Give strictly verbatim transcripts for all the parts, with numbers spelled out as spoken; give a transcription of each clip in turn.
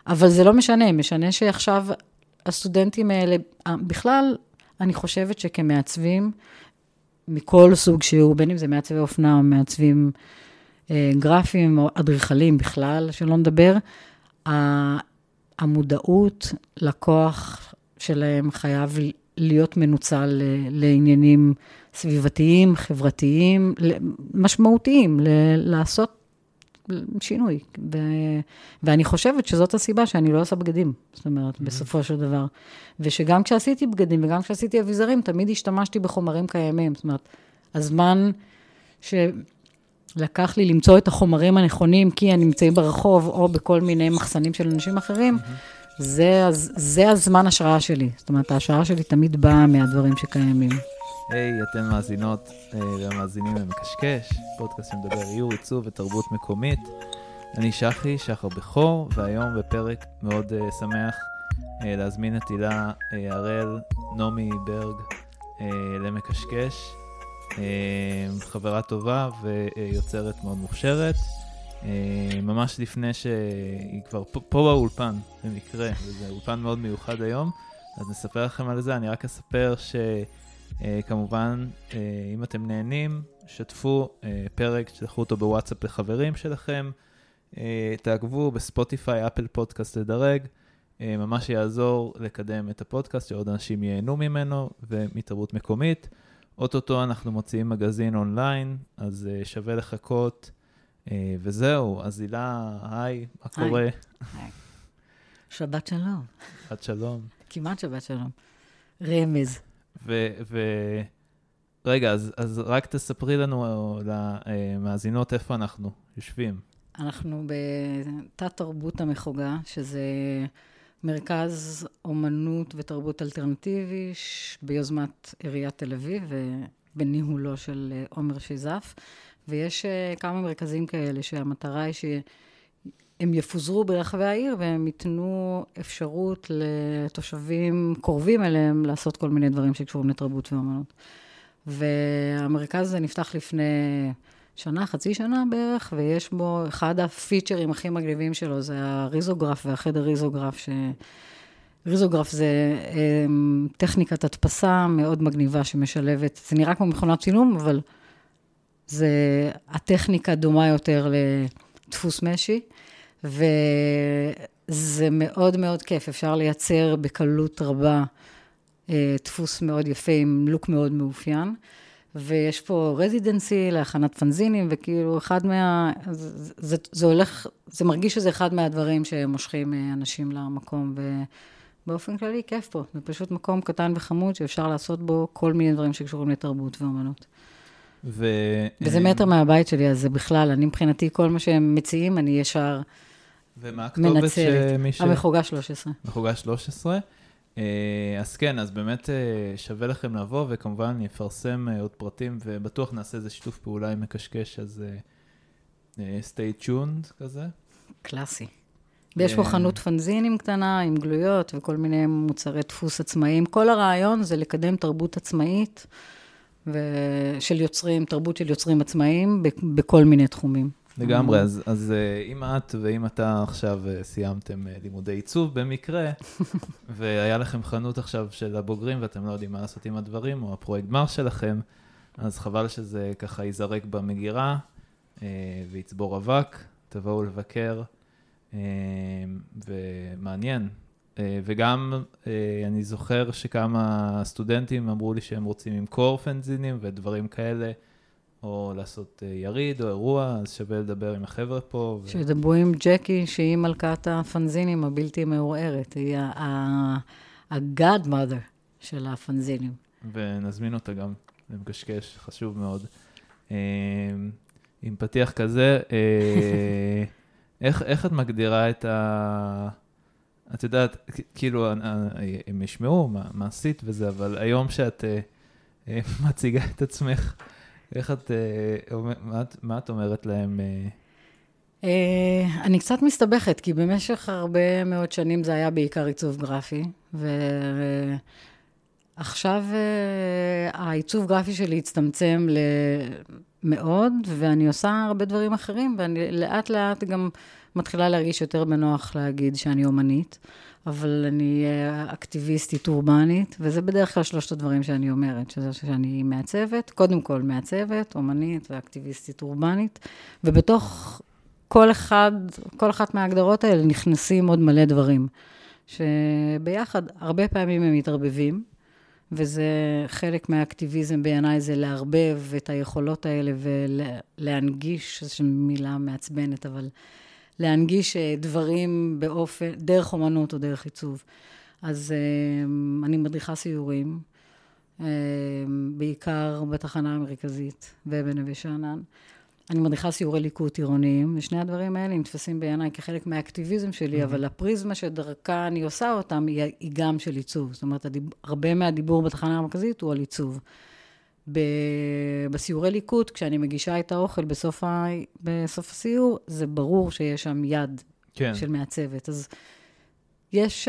אבל זה לא משנה, משנה שעכשיו הסטודנטים האלה, בכלל, אני חושבת שכמעצבים, מכל סוג שהוא, בין אם זה מעצבי אופנה או מעצבים אה, גרפיים או אדריכלים בכלל, שלא נדבר, המודעות לכוח שלהם חייב להיות מנוצל לעניינים סביבתיים, חברתיים, משמעותיים, לעשות שינוי. ו... ואני חושבת שזאת הסיבה שאני לא עושה בגדים, זאת אומרת, mm-hmm. בסופו של דבר. ושגם כשעשיתי בגדים וגם כשעשיתי אביזרים, תמיד השתמשתי בחומרים קיימים. זאת אומרת, הזמן שלקח לי למצוא את החומרים הנכונים, כי אני נמצאים ברחוב או בכל מיני מחסנים של אנשים אחרים, mm-hmm. זה, זה הזמן השראה שלי. זאת אומרת, ההשראה שלי תמיד באה מהדברים שקיימים. היי, hey, אתן מאזינות ומאזינים למקשקש, פודקאסט שמדבר איור, עיצוב ותרבות מקומית. אני שחי, שחר בכור, והיום בפרק מאוד uh, שמח uh, להזמין את הילה uh, הראל, נעמי ברג uh, למקשקש. Uh, חברה טובה ויוצרת מאוד מוכשרת. Uh, ממש לפני שהיא כבר פה, פה באולפן, במקרה, וזה אולפן מאוד מיוחד היום, אז נספר לכם על זה. אני רק אספר ש... Uh, כמובן, uh, אם אתם נהנים, שתפו uh, פרק, תשלחו אותו בוואטסאפ לחברים שלכם, uh, תעקבו בספוטיפיי, אפל פודקאסט לדרג, uh, ממש יעזור לקדם את הפודקאסט, שעוד אנשים ייהנו ממנו ומתרבות מקומית. אוטוטו אנחנו מוציאים מגזין אונליין, אז uh, שווה לחכות, uh, וזהו. אז הילה, היי, מה קורה? היי. שבת שלום. שבת שלום. כמעט שבת שלום. רמז. ו... ו... רגע, אז, אז רק תספרי לנו למאזינות איפה אנחנו יושבים. אנחנו בתת תרבות המחוגה, שזה מרכז אומנות ותרבות אלטרנטיבי ביוזמת עיריית תל אביב ובניהולו של עומר שיזף, ויש כמה מרכזים כאלה שהמטרה היא שהם יפוזרו ברחבי העיר והם ייתנו אפשרות לתושבים קרובים אליהם לעשות כל מיני דברים שקשורים לתרבות ואומנות. והמרכז הזה נפתח לפני שנה, חצי שנה בערך, ויש בו אחד הפיצ'רים הכי מגניבים שלו, זה הריזוגרף והחדר ריזוגרף, ש... ריזוגרף זה טכניקת הדפסה מאוד מגניבה שמשלבת, זה נראה כמו מכונת צילום, אבל זה הטכניקה דומה יותר לדפוס משי, וזה מאוד מאוד כיף, אפשר לייצר בקלות רבה דפוס מאוד יפה עם לוק מאוד מאופיין, ויש פה רזידנסי להכנת פנזינים, וכאילו אחד מה... זה, זה, זה הולך, זה מרגיש שזה אחד מהדברים שמושכים אנשים למקום, ובאופן כללי כיף פה. זה פשוט מקום קטן וחמוד שאפשר לעשות בו כל מיני דברים שקשורים לתרבות ואומנות. ו... וזה מטר מהבית שלי, אז זה בכלל, אני מבחינתי כל מה שהם מציעים, אני ישר ומה הכתובת שמי ש... המחוגה שלוש עשרה. מחוגה שלוש עשרה. אז כן, אז באמת שווה לכם לבוא, וכמובן אני אפרסם עוד פרטים, ובטוח נעשה איזה שיתוף פעולה עם מקשקש, אז stay tuned כזה. קלאסי. ויש פה חנות פנזינים קטנה, עם גלויות, וכל מיני מוצרי דפוס עצמאיים. כל הרעיון זה לקדם תרבות עצמאית, של יוצרים, תרבות של יוצרים עצמאיים, בכל מיני תחומים. לגמרי, אז, אז אם את ואם אתה עכשיו סיימתם לימודי עיצוב במקרה, והיה לכם חנות עכשיו של הבוגרים, ואתם לא יודעים מה לעשות עם הדברים, או הפרויקט גמר שלכם, אז חבל שזה ככה ייזרק במגירה, ויצבור אבק, תבואו לבקר, ומעניין. וגם אני זוכר שכמה סטודנטים אמרו לי שהם רוצים למכור פנזינים ודברים כאלה, או לעשות יריד או אירוע, אז שווה לדבר עם החבר'ה פה. ו... שדברו עם ג'קי, שהיא מלכת הפנזינים הבלתי מעורערת, היא ה-godmother של הפנזינים. ונזמין אותה גם למקשקש, חשוב מאוד. עם פתיח כזה, איך, איך את מגדירה את ה... את יודעת, כאילו, הם ישמעו מה, מה עשית וזה, אבל היום שאת מציגה את עצמך, איך את, מה, מה את אומרת להם? אני קצת מסתבכת, כי במשך הרבה מאוד שנים זה היה בעיקר עיצוב גרפי, ועכשיו העיצוב גרפי שלי הצטמצם מאוד, ואני עושה הרבה דברים אחרים, ואני לאט לאט גם מתחילה להרגיש יותר בנוח להגיד שאני אומנית, אבל אני אקטיביסטית אורבנית, וזה בדרך כלל שלושת הדברים שאני אומרת, שזה שאני מעצבת, קודם כל מעצבת, אומנית ואקטיביסטית אורבנית, ובתוך כל אחד, כל אחת מההגדרות האלה נכנסים עוד מלא דברים, שביחד הרבה פעמים הם מתערבבים, וזה חלק מהאקטיביזם בעיניי, זה לערבב את היכולות האלה ולהנגיש, זו מילה מעצבנת, אבל להנגיש דברים באופן, דרך אומנות או דרך עיצוב. אז אני מדריכה סיורים, בעיקר בתחנה המרכזית ובנווה שאנן. אני מדריכה סיורי ליקוט עירוניים, ושני הדברים האלה נתפסים בעיניי כחלק מהאקטיביזם שלי, אבל הפריזמה שדרכה אני עושה אותם היא גם של עיצוב. זאת אומרת, הרבה מהדיבור בתחנה המרכזית הוא על עיצוב. בסיורי ליקוט, כשאני מגישה את האוכל בסוף, ה... בסוף הסיור, זה ברור שיש שם יד כן. של מעצבת. אז יש,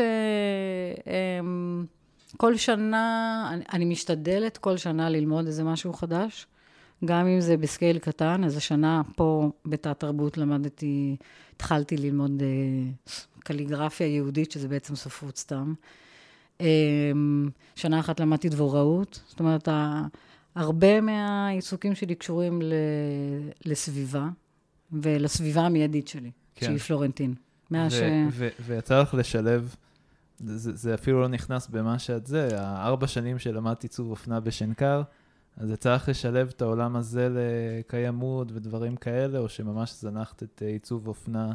כל שנה, אני משתדלת כל שנה ללמוד איזה משהו חדש, גם אם זה בסקייל קטן, אז השנה פה בתת תרבות למדתי, התחלתי ללמוד קליגרפיה יהודית, שזה בעצם ספרות סתם. שנה אחת למדתי דבוראות, זאת אומרת, הרבה מהעיסוקים שלי קשורים לסביבה, ולסביבה המיידית שלי, כן. שהיא פלורנטין. ו- ש... ו- ויצא לך לשלב, זה, זה אפילו לא נכנס במה שאת זה, הארבע שנים שלמדתי עיצוב אופנה בשנקר, אז יצא לך לשלב את העולם הזה לקיימות ודברים כאלה, או שממש זנחת את עיצוב אופנה?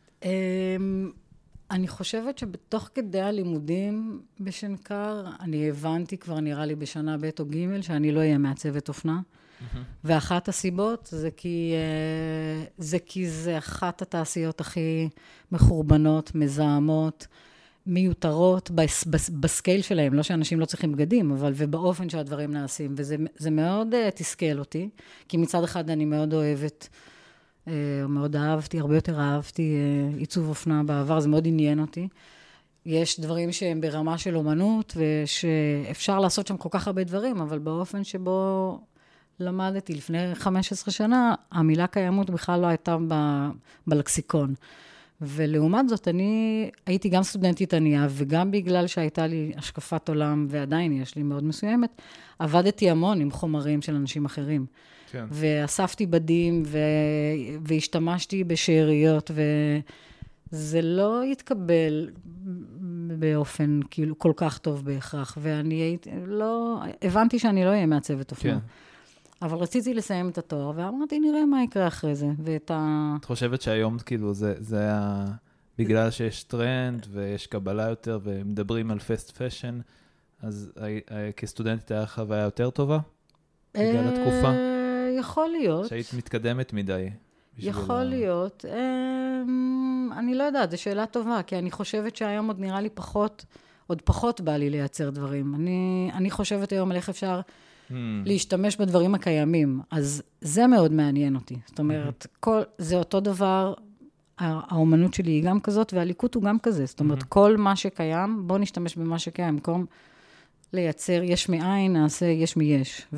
אני חושבת שבתוך כדי הלימודים בשנקר, אני הבנתי כבר נראה לי בשנה ב' או ג' שאני לא אהיה מעצבת אופנה. ואחת הסיבות זה כי, זה כי זה אחת התעשיות הכי מחורבנות, מזהמות, מיותרות בס, בס, בסקייל שלהם, לא שאנשים לא צריכים בגדים, אבל ובאופן שהדברים נעשים, וזה זה מאוד uh, תסכל אותי, כי מצד אחד אני מאוד אוהבת, uh, מאוד אהבתי, הרבה יותר אהבתי uh, עיצוב אופנה בעבר, זה מאוד עניין אותי. יש דברים שהם ברמה של אומנות, ושאפשר לעשות שם כל כך הרבה דברים, אבל באופן שבו למדתי לפני חמש עשרה שנה, המילה קיימות בכלל לא הייתה ב, בלקסיקון. ולעומת זאת, אני הייתי גם סטודנטית ענייה, וגם בגלל שהייתה לי השקפת עולם, ועדיין יש לי מאוד מסוימת, עבדתי המון עם חומרים של אנשים אחרים. כן. ואספתי בדים, ו... והשתמשתי בשאריות, וזה לא התקבל באופן כאילו כל כך טוב בהכרח, ואני הייתי, לא, הבנתי שאני לא אהיה מעצבת אופנה. כן. אבל רציתי לסיים את התואר, ואמרתי, נראה מה יקרה אחרי זה, ואת ה... את חושבת שהיום, כאילו, זה, זה היה בגלל שיש טרנד, ויש קבלה יותר, ומדברים על פסט פשן, אז כסטודנטית היה חוויה יותר טובה? בגלל התקופה? יכול להיות. שהיית מתקדמת מדי. יכול להיות. אני לא יודעת, זו שאלה טובה, כי אני חושבת שהיום עוד נראה לי פחות, עוד פחות בא לי לייצר דברים. אני, אני חושבת היום על איך אפשר... Hmm. להשתמש בדברים הקיימים, אז זה מאוד מעניין אותי. זאת אומרת, mm-hmm. כל, זה אותו דבר, האומנות שלי היא גם כזאת, והליקוט הוא גם כזה. זאת אומרת, mm-hmm. כל מה שקיים, בוא נשתמש במה שקיים, במקום לייצר יש מאין, נעשה יש מיש.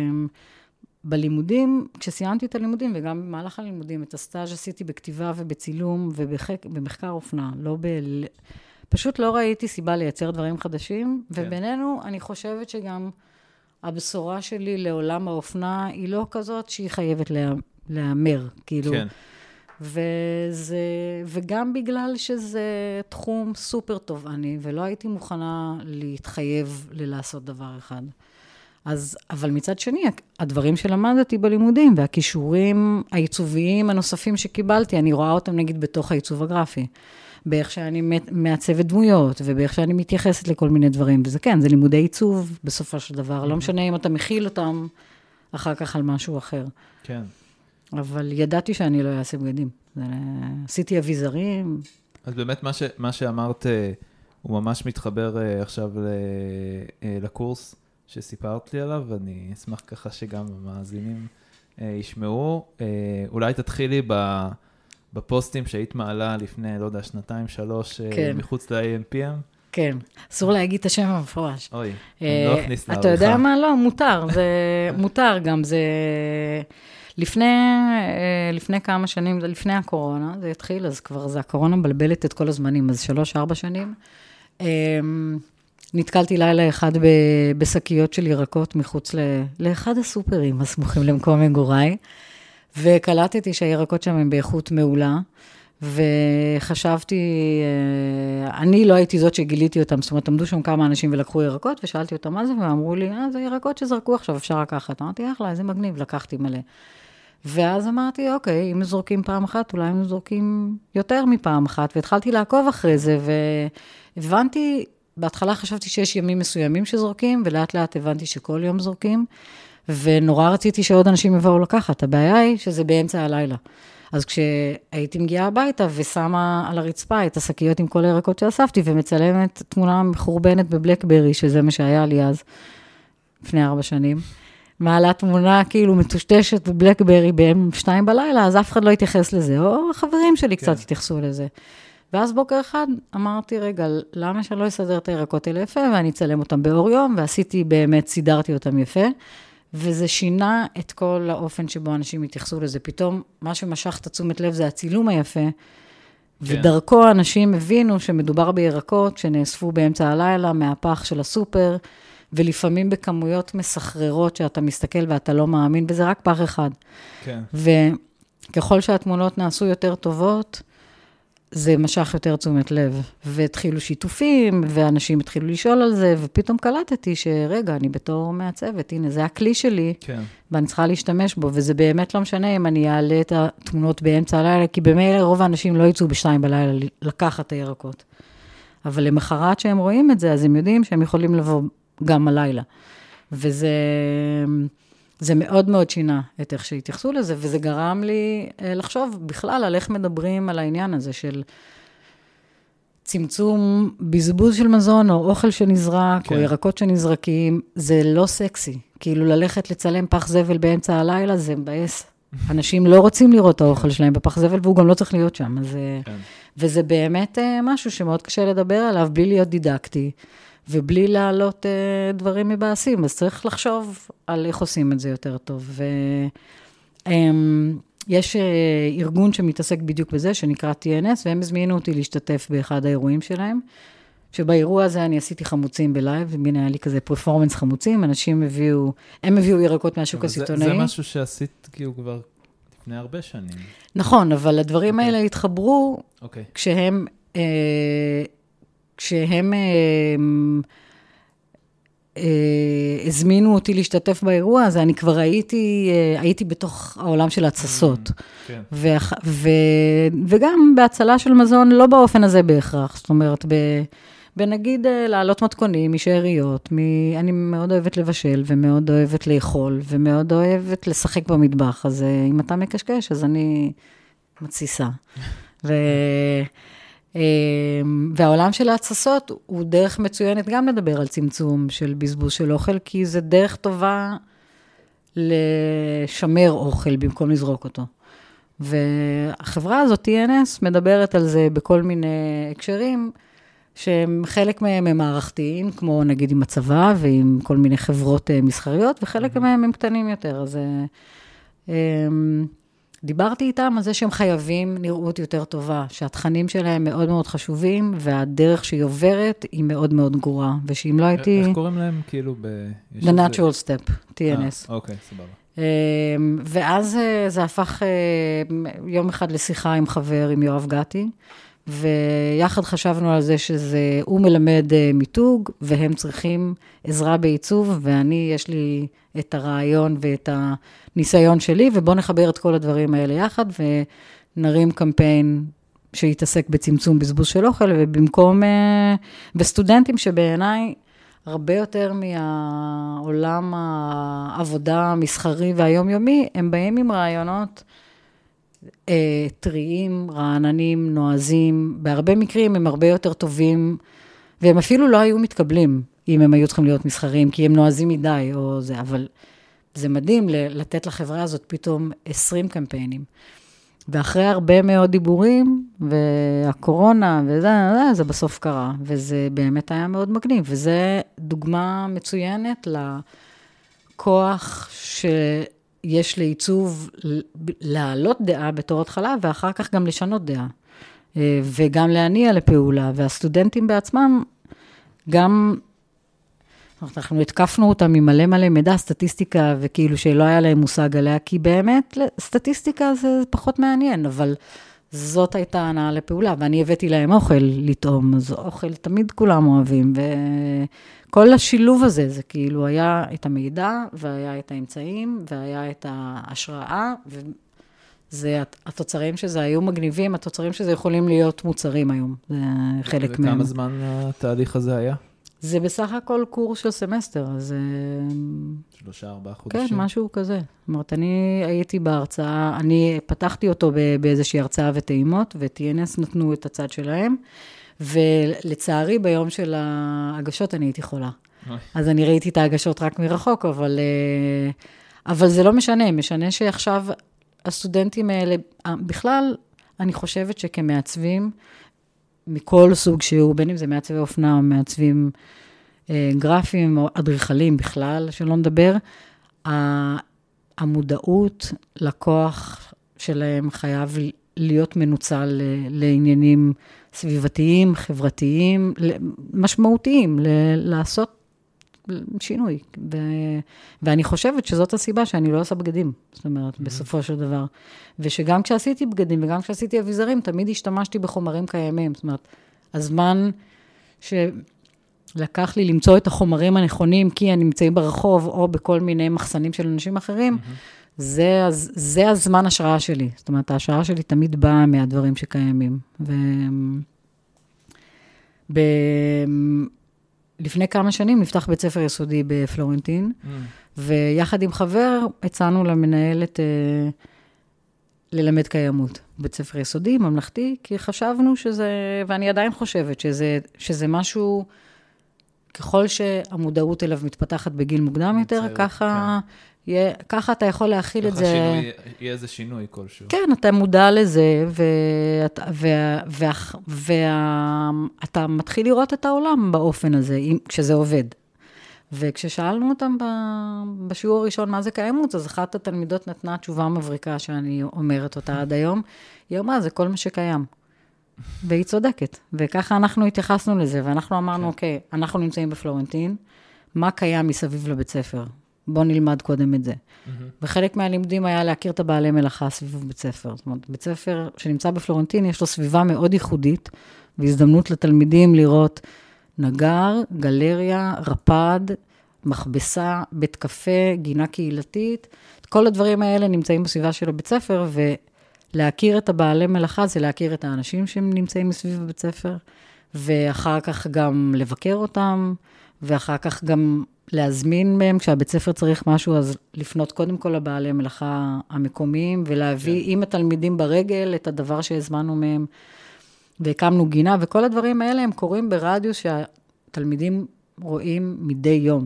ובלימודים, כשסיימתי את הלימודים, וגם במהלך הלימודים, את הסטאז' עשיתי בכתיבה ובצילום, ובמחקר אופנה, לא ב... פשוט לא ראיתי סיבה לייצר דברים חדשים, כן. ובינינו, אני חושבת שגם... הבשורה שלי לעולם האופנה היא לא כזאת שהיא חייבת לה, להאמר, כאילו. כן. וזה, וגם בגלל שזה תחום סופר תובעני, ולא הייתי מוכנה להתחייב ללעשות דבר אחד. אז, אבל מצד שני, הדברים שלמדתי בלימודים, והכישורים העיצוביים הנוספים שקיבלתי, אני רואה אותם נגיד בתוך העיצוב הגרפי. באיך שאני מעצבת דמויות, ובאיך שאני מתייחסת לכל מיני דברים, וזה כן, זה לימודי עיצוב בסופו של דבר, לא משנה אם אתה מכיל אותם אחר כך על משהו אחר. כן. אבל ידעתי שאני לא אעשה בגדים. עשיתי אביזרים. אז באמת מה, ש, מה שאמרת, הוא ממש מתחבר עכשיו לקורס שסיפרת לי עליו, ואני אשמח ככה שגם המאזינים ישמעו. אולי תתחילי ב... בפוסטים שהיית מעלה לפני, לא יודע, שנתיים, שלוש, כן. מחוץ ל-A M P M? כן, אסור להגיד את השם המפורש. אוי, אני לא אכניס לעריכה. אתה יודע מה? לא, מותר, זה מותר גם, זה... לפני, לפני כמה שנים, לפני הקורונה, זה התחיל, אז כבר זה הקורונה מבלבלת את כל הזמנים, אז שלוש, ארבע שנים. נתקלתי לילה אחד בשקיות של ירקות מחוץ לאחד הסופרים הסמוכים למקום מגוריי, וקלטתי שהירקות שם הם באיכות מעולה, וחשבתי, אני לא הייתי זאת שגיליתי אותם, זאת אומרת, עמדו שם כמה אנשים ולקחו ירקות, ושאלתי אותם מה זה, ואמרו לי, אה, זה ירקות שזרקו עכשיו, אפשר לקחת. אמרתי, אחלה, איזה מגניב, לקחתי מלא. ואז אמרתי, אוקיי, אם זורקים פעם אחת, אולי הם זורקים יותר מפעם אחת, והתחלתי לעקוב אחרי זה, והבנתי, בהתחלה חשבתי שיש ימים מסוימים שזורקים, ולאט לאט הבנתי שכל יום זורקים, ונורא רציתי שעוד אנשים יבואו לקחת. הבעיה היא שזה באמצע הלילה. אז כשהייתי מגיעה הביתה ושמה על הרצפה את השקיות עם כל הירקות שאספתי, ומצלמת תמונה מחורבנת בבלקברי, שזה מה שהיה לי אז, לפני ארבע שנים, מעלה תמונה כאילו מטושטשת בבלקברי ב-אם שתיים בלילה, אז אף אחד לא התייחס לזה, או החברים שלי קצת התייחסו לזה. ואז בוקר אחד אמרתי, רגע, למה שלא אסדר את הירקות האלה יפה, ואני אצלם אותם באור יום, ועשיתי באמת, סידרתי אותם יפה, וזה שינה את כל האופן שבו אנשים התייחסו לזה. פתאום מה שמשך את תשומת לב זה הצילום היפה, כן. ודרכו אנשים הבינו שמדובר בירקות שנאספו באמצע הלילה מהפח של הסופר, ולפעמים בכמויות מסחררות שאתה מסתכל ואתה לא מאמין, וזה רק פח אחד. כן. וככל שהתמונות נעשו יותר טובות, זה משך יותר תשומת לב, והתחילו שיתופים, ואנשים התחילו לשאול על זה, ופתאום קלטתי שרגע, אני בתור מעצבת, הנה, זה הכלי שלי, כן. ואני צריכה להשתמש בו, וזה באמת לא משנה אם אני אעלה את התמונות באמצע הלילה, כי במילא רוב האנשים לא יצאו בשתיים בלילה לקחת את הירקות. אבל למחרת שהם רואים את זה, אז הם יודעים שהם יכולים לבוא גם הלילה. וזה זה מאוד מאוד שינה את איך שהתייחסו לזה, וזה גרם לי לחשוב בכלל על איך מדברים על העניין הזה של צמצום, בזבוז של מזון, או אוכל שנזרק, כן. או ירקות שנזרקים, זה לא סקסי. כאילו ללכת לצלם פח זבל באמצע הלילה, זה מבאס. אנשים לא רוצים לראות את האוכל שלהם בפח זבל, והוא גם לא צריך להיות שם. אז, כן. וזה באמת משהו שמאוד קשה לדבר עליו, בלי להיות דידקטי. ובלי לעלות אה, דברים מבעשים, אז צריך לחשוב על איך עושים את זה יותר טוב. ויש אה, ארגון שמתעסק בדיוק בזה, שנקרא טי אן אס, והם הזמינו אותי להשתתף באחד האירועים שלהם, שבאירוע הזה אני עשיתי חמוצים בלייב, ומינה היה לי כזה פרפורמנס חמוצים, אנשים הביאו, הם הביאו ירקות מהשוק הסיטונאי. זה, זה משהו שעשית כאילו כבר לפני הרבה שנים. נכון, אבל הדברים okay. האלה התחברו, okay. כשהם... אה, כשהם אה, אה, הזמינו אותי להשתתף באירוע הזה, אני כבר הייתי, אה, הייתי בתוך העולם של הצסות. כן. ו, ו, וגם בהצלה של מזון, לא באופן הזה בהכרח. זאת אומרת, ב, בנגיד אה, לעלות מתכונים משאריות, מ, אני מאוד אוהבת לבשל, ומאוד אוהבת לאכול, ומאוד אוהבת לשחק במטבח. אז אה, אם אתה מקשקש, אז אני מתסיסה. ו... והעולם של ההצסות הוא דרך מצוינת גם לדבר על צמצום של בזבוז של אוכל, כי זה דרך טובה לשמר אוכל במקום לזרוק אותו. והחברה הזאת, טי אן אס, מדברת על זה בכל מיני הקשרים, שהם חלק מהם הם מערכתיים, כמו נגיד עם הצבא ועם כל מיני חברות מסחריות, וחלק מהם הם קטנים יותר. אז דיברתי איתם על זה שהם חייבים נראות יותר טובה, שהתכנים שלהם מאוד מאוד חשובים, והדרך שהיא עוברת היא מאוד מאוד גרועה, ושאם לא הייתי... איך קוראים להם כאילו ב... The Natural Step, טי אן אס. אוקיי, סבבה. ואז זה הפך יום אחד לשיחה עם חבר, עם יואב גתי, ויחד חשבנו על זה שזה, הוא מלמד מיתוג, והם צריכים עזרה בעיצוב, ואני, יש לי את הרעיון ואת הניסיון שלי, ובוא נחבר את כל הדברים האלה יחד, ונרים קמפיין שיתעסק בצמצום בזבוז של אוכל, ובמקום, בסטודנטים שבעיניי, הרבה יותר מהעולם העבודה המסחרי והיומיומי, הם באים עם רעיונות, טריים, רעננים, נועזים, בהרבה מקרים הם הרבה יותר טובים, והם אפילו לא היו מתקבלים, אם הם היו צריכים להיות מסחריים, כי הם נועזים מדי, או זה, אבל זה מדהים לתת לחברה הזאת פתאום עשרים קמפיינים, ואחרי הרבה מאוד דיבורים, והקורונה, וזה, זה, זה בסוף קרה, וזה באמת היה מאוד מגניב, וזה דוגמה מצוינת לכוח ש... יש לעיצוב להעלות דעה בתור התחלה, ואחר כך גם לשנות דעה, וגם להניע לפעולה, והסטודנטים בעצמם, גם, אנחנו התקפנו אותם עם מלא מלא מידע, סטטיסטיקה, וכאילו שלא היה להם מושג עליה, כי באמת, סטטיסטיקה זה פחות מעניין, אבל זאת הייתה הנאה לפעולה, ואני הבאתי להם אוכל לטעום, אז אוכל תמיד כולם אוהבים, וכל השילוב הזה, זה כאילו היה את המידע, והיה את האמצעים, והיה את ההשראה, וזה התוצרים שזה היו מגניבים, התוצרים שזה יכולים להיות מוצרים היום, זה חלק מהם. וכמה זמן התהליך הזה היה? זה בסך הכל קורס של סמסטר, אז... שלושה, ארבעה חודשים. כן, משהו כזה. זאת אומרת, אני הייתי בהרצאה, אני פתחתי אותו באיזושהי הרצאה וטעימות, ו-טי אן אס נתנו את הצד שלהם, ולצערי ביום של ההגשות אני הייתי חולה. אז אני ראיתי את ההגשות רק מרחוק, אבל, אבל זה לא משנה, משנה שעכשיו הסטודנטים האלה, בכלל, אני חושבת שכמעצבים, מכל סוג שהוא, בין אם זה מעצבי אופנה, או מעצבים אה, גרפיים, או אדריכלים בכלל, שלא נדבר, המודעות לכוח שלהם חייב להיות מנוצל לעניינים סביבתיים, חברתיים, משמעותיים, לעשות שינוי. ו... ואני חושבת שזאת הסיבה שאני לא עושה בגדים, זאת אומרת, mm-hmm. בסופו של דבר. ושגם כשעשיתי בגדים וגם כשעשיתי אביזרים, תמיד השתמשתי בחומרים קיימים. זאת אומרת, הזמן שלקח לי למצוא את החומרים הנכונים, כי אני נמצאים ברחוב או בכל מיני מחסנים של אנשים אחרים, mm-hmm. זה, זה הזמן השראה שלי. זאת אומרת, ההשראה שלי תמיד באה מהדברים שקיימים. ו... ב... לפני כמה שנים נפתח בית ספר יסודי בפלורנטין, mm. ויחד עם חבר הצענו למנהלת אה, ללמד קיימות. בית ספר יסודי, ממלכתי, כי חשבנו שזה, ואני עדיין חושבת שזה, שזה משהו, ככל שהמודעות אליו מתפתחת בגיל מוקדם יותר, מצער, ככה, כן. יהיה, ככה אתה יכול להכיל את זה. שינוי, יהיה איזה שינוי כלשהו. כן, אתה מודע לזה, ואתה, וה, וה, וה, וה, מתחיל לראות את העולם באופן הזה, כשזה עובד. וכששאלנו אותם בשיעור הראשון מה זה קיימות, אז אחת התלמידות נתנה תשובה מבריקה שאני אומרת אותה עד היום, היא אמרה, זה כל מה שקיים. והיא צודקת. וככה אנחנו התייחסנו לזה, ואנחנו אמרנו, אוקיי, אנחנו נמצאים בפלורנטין, מה קיים מסביב לבית ספר? בוא נלמד קודם את זה. וחלק מהלימודים היה להכיר את הבעלי מלאכה סביב בית ספר. זאת אומרת, בית ספר שנמצא בפלורנטין, יש לו סביבה מאוד ייחודית, והזדמנות לתלמידים לראות נגר, גלריה, רפד, מכבסה, בית קפה, גינה קהילתית. כל הדברים האלה נמצאים בסביבה של הבית ספר, ולהכיר את הבעלי מלאכה זה להכיר את האנשים שנמצאים מסביב בבית ספר, ואחר כך גם לבקר אותם, ואחר כך גם להזמין מהם, כשהבית ספר צריך משהו, אז לפנות קודם כל לבעלי מלאכה המקומיים, ולהביא כן. עם התלמידים ברגל את הדבר שהזמנו מהם, והקמנו גינה, וכל הדברים האלה הם קורים ברדיוס שהתלמידים רואים מדי יום.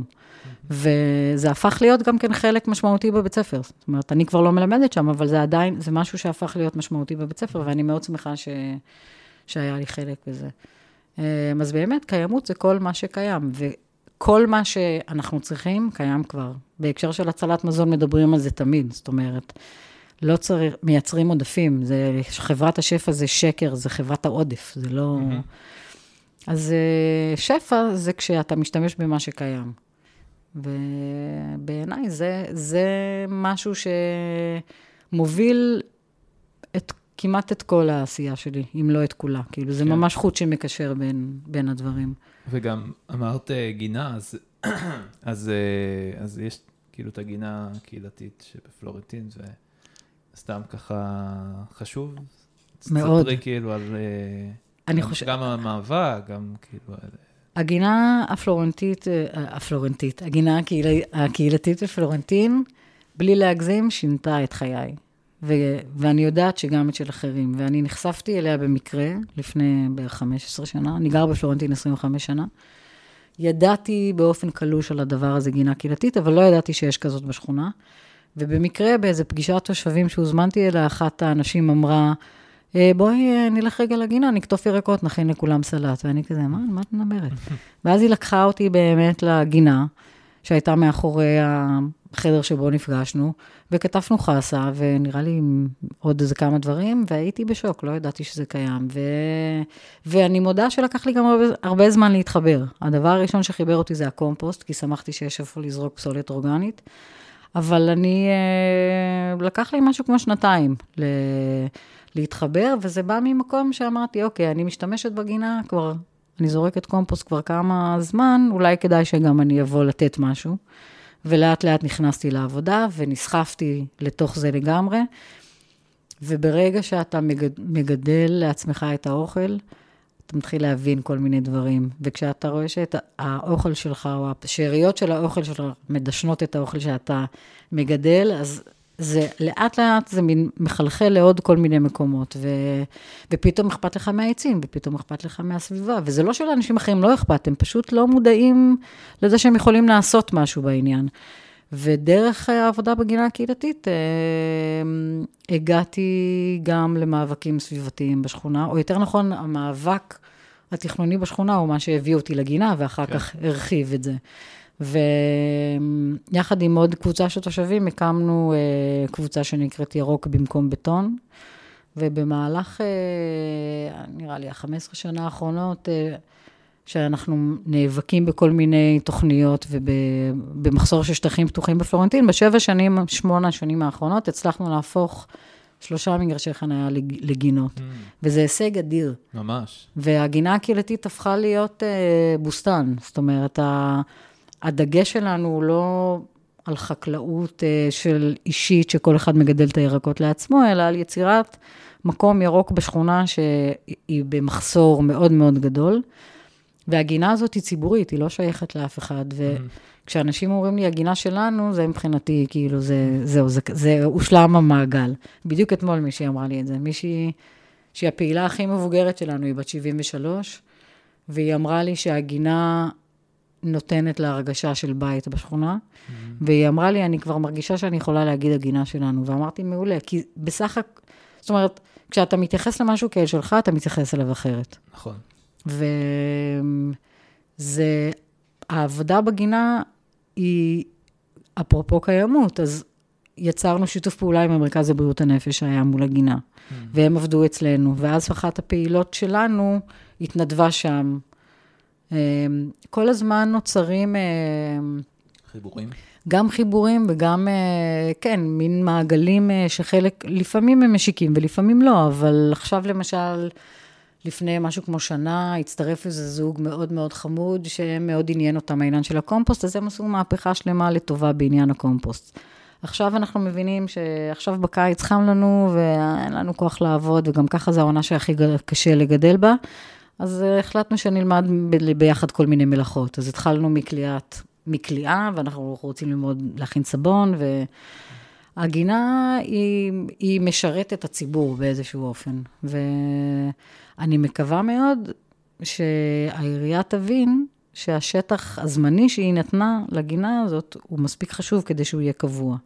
וזה הפך להיות גם כן חלק משמעותי בבית ספר. זאת אומרת, אני כבר לא מלמדת שם, אבל זה עדיין, זה משהו שהפך להיות משמעותי בבית ספר, ואני מאוד שמחה ש... שהיה לי חלק בזה. אז באמת, קיימות זה כל מה שקיים, וכל מה שאנחנו צריכים קיים כבר. בהקשר של הצלת מזון מדברים על זה תמיד, זאת אומרת, לא צריך, מייצרים עודפים, זה, חברת השפע זה שקר, זה חברת העודף, זה לא... Mm-hmm. אז שפע זה כשאתה משתמש במה שקיים. ובעיניי זה, זה משהו שמוביל את, כמעט את כל העשייה שלי, אם לא את כולה. כאילו, זה כן. ממש חוט שמקשר בין, בין הדברים. וגם אמרת גינה, אז, אז, אז יש כאילו את הגינה הקהילתית שבפלורנטין, ו... סתם ככה חשוב. מאוד. ספרי כאילו על... אני גם, חושב... גם המאבק, גם כאילו... הגינה הפלורנטית, הפלורנטית, הגינה הקהיל, הקהילתית בפלורנטין, בלי להגזים, שינתה את חיי. ו, ואני יודעת שגם את של אחרים. ואני נחשפתי אליה במקרה, לפני בערך חמש עשרה שנה. אני גר בפלורנטין עשרים וחמש שנה. ידעתי באופן קלוש על הדבר הזה גינה קהילתית, אבל לא ידעתי שיש כזאת בשכונה. ובמקרה, באיזו פגישת תושבים שהוזמנתי אליה, אחת האנשים אמרה, בואי נלך רגע לגינה, נקטוף ירקות, נכין לכולם סלט. ואני כזה, מה, מה את מדברת? ואז היא לקחה אותי באמת לגינה, שהייתה מאחורי החדר שבו נפגשנו, וכתפנו חסה, ונראה לי עוד איזה כמה דברים, והייתי בשוק, לא ידעתי שזה קיים. ו... ואני מודה שלקח לי גם הרבה, הרבה זמן להתחבר. הדבר הראשון שחיבר אותי זה הקומפוסט, כי שמחתי שיש איפה לזרוק פסולת אורגנית, אבל אני, לקח לי משהו כמו שנתיים ל... להתחבר, וזה בא ממקום שאמרתי, אוקיי, אני משתמשת בגינה כבר, אני זורקת קומפוסט כבר כמה זמן, אולי כדאי שגם אני אבוא לתת משהו, ולאט לאט נכנסתי לעבודה, ונסחפתי לתוך זה לגמרי, וברגע שאתה מגדל לעצמך את האוכל, אתה מתחיל להבין כל מיני דברים, וכשאתה רואה שאת האוכל שלך, או השאריות של האוכל שלך, מדשנות את האוכל שאתה מגדל, אז זה לאט לאט זה מחלחל לעוד כל מיני מקומות, ו, ופתאום אכפת לך מהעצים, ופתאום אכפת לך מהסביבה, וזה לא שלאנשים אחרים לא אכפת, הם פשוט לא מודעים לזה שהם יכולים לעשות משהו בעניין. ודרך העבודה בגינה הקהילתית, הגעתי גם למאבקים סביבתיים בשכונה, או יותר נכון, המאבק התכנוני בשכונה, הוא מה שהביא אותי לגינה, ואחר כך הרחיב את זה. ויחד עם עוד קבוצה של תושבים, הקמנו קבוצה שנקראת ירוק במקום בטון, ובמהלך, נראה לי, ה-חמש עשרה שנה האחרונות, שאנחנו נאבקים בכל מיני תוכניות, ובמחסור של שטחים פתוחים בפלורנטין, בשבע שנים, שמונה שנים האחרונות, הצלחנו להפוך שלושה מגרשי חניה לגינות, mm. וזה הישג אדיר. ממש. והגינה הקהילתית הפכה להיות אה, בוסטן, זאת אומרת, הדגש שלנו הוא לא על חקלאות אה, של אישית, שכל אחד מגדל את הירקות לעצמו, אלא על יצירת מקום ירוק בשכונה, שהיא במחסור מאוד מאוד גדול, והגינה הזאת היא ציבורית, היא לא שייכת לאף אחד, וכשאנשים אומרים לי, הגינה שלנו, זה מבחינתי, כאילו, זה, זהו, זה, זה הושלם המעגל. בדיוק אתמול מישהי אמרה לי את זה, מישהי שהיא הפעילה הכי מבוגרת שלנו, היא בת שבעים ושלוש, והיא אמרה לי שהגינה נותנת לה הרגשה של בית בשכונה, והיא אמרה לי, אני כבר מרגישה שאני יכולה להגיד הגינה שלנו, ואמרתי, מעולה, כי בסך הכל, זאת אומרת, כשאתה מתייחס למשהו כאל שלך, אתה מתייחס אליו אחרת. נכון. וזה, העבודה בגינה היא, אפרופו קיימות, אז יצרנו שיתוף פעולה עם המרכז לבריאות הנפש שהיה מול הגינה, mm. והם עבדו אצלנו, ואז אחת הפעילות שלנו התנדבה שם. כל הזמן נוצרים חיבורים. גם חיבורים וגם, כן, מין מעגלים שחלק, לפעמים הם משיקים ולפעמים לא, אבל עכשיו למשל, לפני משהו כמו שנה, הצטרף איזה זוג מאוד מאוד חמוד, שמאוד עניין אותם העניין של הקומפוסט, אז הם עשו מהפכה שלמה לטובה בעניין הקומפוסט. עכשיו אנחנו מבינים שעכשיו בקיץ חם לנו, ואין לנו כוח לעבוד, וגם ככה זה העונה שהכי קשה לגדל בה, אז החלטנו שנלמד ביחד כל מיני מלאכות. אז התחלנו מקליעת, מקליעה, ואנחנו רוצים ללמוד להכין סבון, והגינה היא, היא משרתת את הציבור באיזשהו אופן. ואני מקווה מאוד שהעירייה תבין שהשטח הזמני שהיא נתנה לגינה הזאת, הוא מספיק חשוב כדי שהוא יהיה קבוע.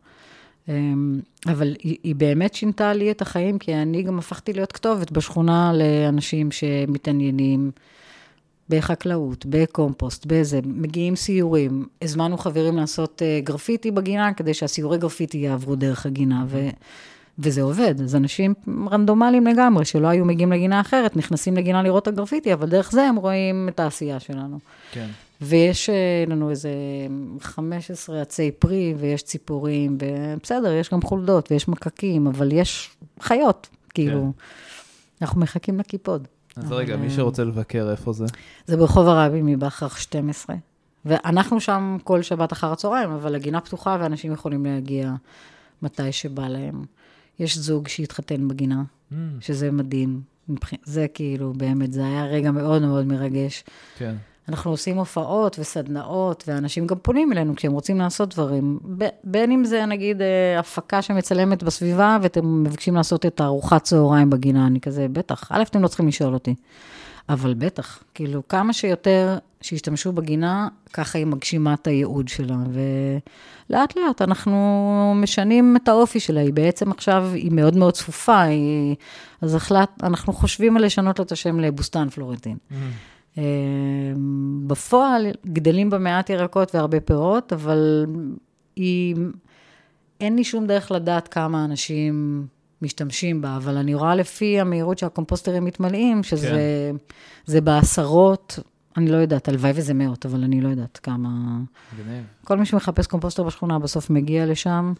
אבל היא, היא באמת שינתה לי את החיים, כי אני גם הפכתי להיות כתובת בשכונה לאנשים שמתעניינים בחקלאות, בקומפוסט, באיזה, מגיעים סיורים. הזמנו חברים לעשות גרפיטי בגינה, כדי שהסיורי גרפיטי יעברו דרך הגינה, ו, וזה עובד. אז אנשים רנדומליים לגמרי, שלא היו מגיעים לגינה אחרת, נכנסים לגינה לראות את הגרפיטי, אבל דרך זה הם רואים את העשייה שלנו. כן. ויש לנו איזה חמש עשרה עצי פרי, ויש ציפורים, ובסדר, יש גם חולדות, ויש מקקים, אבל יש חיות, כאילו, אנחנו מחכים לקיפוד. אז רגע, מי שרוצה לבקר, איפה זה? זה ברחוב הרבי מבחר שתים עשרה, ואנחנו שם כל שבת אחר הצהריים, אבל הגינה פתוחה, ואנשים יכולים להגיע מתי שבא להם. יש זוג שהתחתן בגינה, שזה מדהים, זה כאילו, באמת, זה היה רגע מאוד מאוד מרגש. כן. אנחנו עושים הופעות וסדנאות, ואנשים גם פונים אלינו כשהם רוצים לעשות דברים. בין אם זה, נגיד, הפקה שמצלמת בסביבה, ואתם מבקשים לעשות את הארוחת צהריים בגינה, אני כזה, בטח, א', אתם לא צריכים לשאול אותי. אבל בטח, כאילו, כמה שיותר שישתמשו בגינה, ככה היא מגשימה את הייעוד שלה. ולאט לאט אנחנו משנים את האופי שלה. היא בעצם עכשיו, היא מאוד מאוד צפופה. היא... אז החלט, אנחנו חושבים על לשנות את השם לבוסטן פלורנטין. Mm-hmm. בפועל גדלים במעט ירקות והרבה פירות, אבל היא, אין לי שום דרך לדעת כמה אנשים משתמשים בה, אבל אני רואה לפי המהירות שהקומפוסטרים מתמלאים, שזה כן. זה בעשרות, אני לא יודעת, הלוואי וזה מאות, אבל אני לא יודעת כמה... גניב. כל מי שמחפש קומפוסטר בשכונה בסוף מגיע לשם.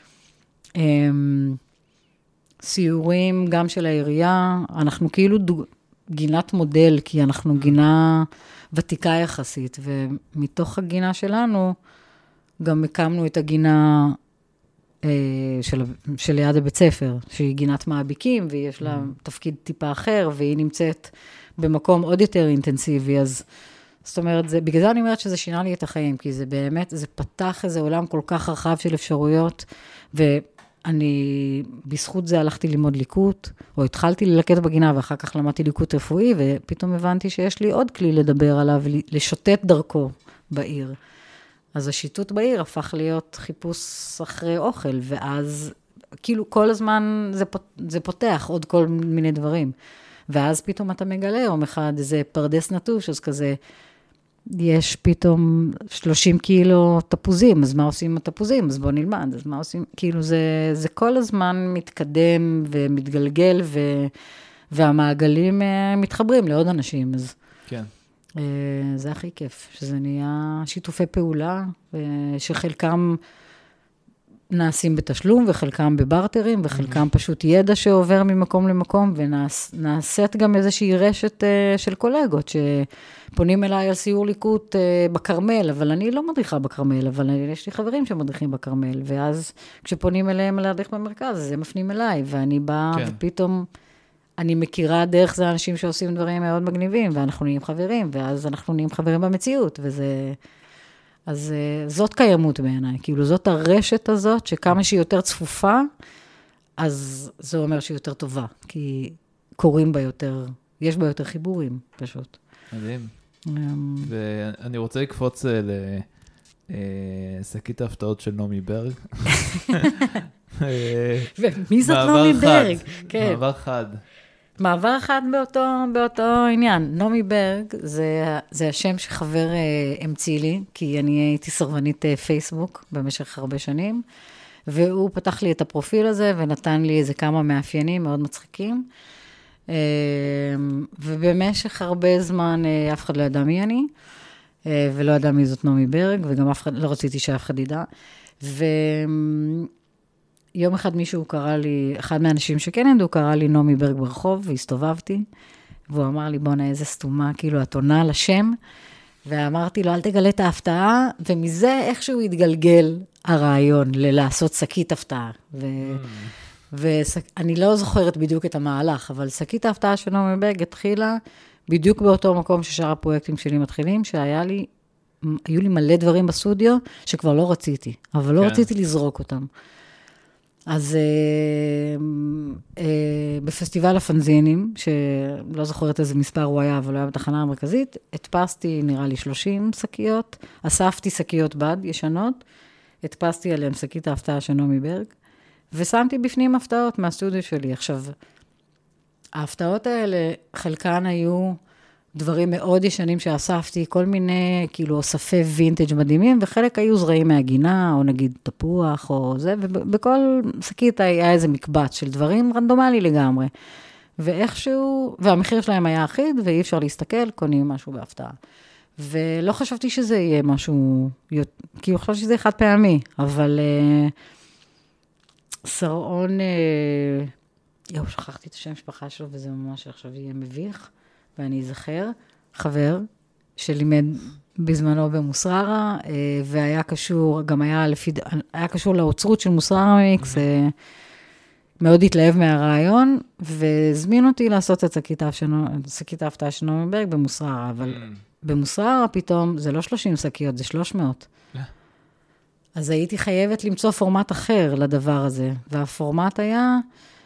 סיורים גם של העירייה, אנחנו כאילו דוג... גינת מודל, כי אנחנו גינה ותיקה יחסית, ומתוך הגינה שלנו גם הקמנו את הגינה אה, של, של ליד הבית ספר, שהיא גינת מעביקים, ויש לה תפקיד טיפה אחר, והיא נמצאת במקום עוד יותר אינטנסיבי, אז זאת אומרת, זה, בגלל זה אני אומרת שזה שינה לי את החיים, כי זה באמת, זה פתח איזה עולם כל כך רחב של אפשרויות, ואני, בזכות זה הלכתי ללמוד ליקוט, או התחלתי ללקט בגינה, ואחר כך למדתי ליקוט רפואי, ופתאום הבנתי שיש לי עוד כלי לדבר עליו, לשתת דרכו בעיר. אז השיטוט בעיר הפך להיות חיפוש אחרי אוכל, ואז כאילו כל הזמן זה, זה פותח עוד כל מיני דברים. ואז פתאום אתה מגלה יום אחד איזה פרדס נטוש, אז כזה, יש פתאום שלושים קילו תפוזים, אז מה עושים עם התפוזים? אז בוא נלמד, אז מה עושים? כאילו זה, זה כל הזמן מתקדם ומתגלגל, ו, והמעגלים מתחברים לעוד אנשים, אז... כן. זה הכי כיף, שזה נהיה שיתופי פעולה, שחלקם נעשים בתשלום, וחלקם בברטרים, וחלקם פשוט ידע שעובר ממקום למקום, ונעשית גם איזושהי רשת של קולגות, שפונים אליי על סיור ליקוט בקרמל, אבל אני לא מדריכה בקרמל, אבל יש לי חברים שמדריכים בקרמל, ואז כשפונים אליהם להדריך במרכז, אז הם מפנים אליי, ואני באה כן. ופתאום... אני מכירה דרך זה אנשים שעושים דברים מאוד מגניבים, ואנחנו נהיים חברים, ואז אנחנו נהיים חברים במציאות, וזה... אז זאת קיימות בעיניי, כאילו זאת הרשת הזאת, שכמה שהיא יותר צפופה, אז זה אומר שהיא יותר טובה, כי קוראים בה יותר, יש בה יותר חיבורים, פשוט. מדהים. ואני רוצה לקפוץ לשקית ההפתעות של נעמי ברג. ומי זאת נעמי ברג? מעבר חד. מעבר אחד באותו, באותו עניין. נעמי ברג זה, זה השם שחבר uh, המציא לי, כי אני הייתי סרבנית uh, פייסבוק במשך הרבה שנים, והוא פתח לי את הפרופיל הזה ונתן לי איזה כמה מאפיינים מאוד מצחיקים, uh, ובמשך הרבה זמן uh, אף אחד לא ידע מי אני, uh, ולא ידע מי זאת נעמי ברג, וגם אף אחד, לא רציתי שאף אחד ידע, ו... יום אחד מישהו קרא לי, אחד מהאנשים שכן ידעו, קרא לי נעמי ברג ברחוב, והסתובבתי, והוא אמר לי, בוא נה איזה סתומה, כאילו, את עונה לשם, ואמרתי לו, אל תגלה את ההפתעה, ומזה איכשהו התגלגל הרעיון ללעשות שקית הפתעה. ו... ואני לא זוכרת בדיוק את המהלך, אבל שקית ההפתעה של נעמי ברג התחילה בדיוק באותו מקום ששאר הפרויקטים שלי מתחילים, שהיה לי, היו לי מלא דברים בסטודיו, שכבר לא רציתי, אבל לא כן. רציתי לזרוק אותם. אז אה, אה, בפסטיבל הפנזינים, שלא זוכרת איזה מספר הוא היה, אבל הוא היה בתחנה המרכזית, הדפסתי נראה לי שלושים שקיות, אספתי שקיות בד ישנות, הדפסתי עליהן שקית ההפתעה של נעמי ברג, ושמתי בפנים הפתעות מהסטודיו שלי. עכשיו, ההפתעות האלה, חלקן היו דברים מאוד ישנים שאספתי, כל מיני כאילו אוספי וינטג' מדהימים, וחלק היו זרעים מהגינה, או נגיד תפוח, או זה, ובכל שקית היה איזה מקבץ של דברים רנדומלי לגמרי. ואיכשהו, והמחיר שלהם היה אחיד, ואי אפשר להסתכל, קונים משהו בהפתעה. ולא חשבתי שזה יהיה משהו, כאילו חשבתי שזה אחד פעמי, אבל uh, שרעון, uh, יו, שכחתי את השם משפחה שלו, וזה ממש עכשיו יהיה מביך, ואני אזכר, חבר שלימד בזמנו במוסררה, והיה קשור, גם היה, לפי, היה קשור לאוצרות של מוסררה מיקס, מאוד התלהב מהרעיון, והזמין אותי לעשות את שקית ההפתעה של נעמי ברג במוסררה, אבל במוסררה פתאום זה לא שלושים שקיות, זה שלוש מאות. אז הייתי חייבת למצוא פורמט אחר לדבר הזה, והפורמט היה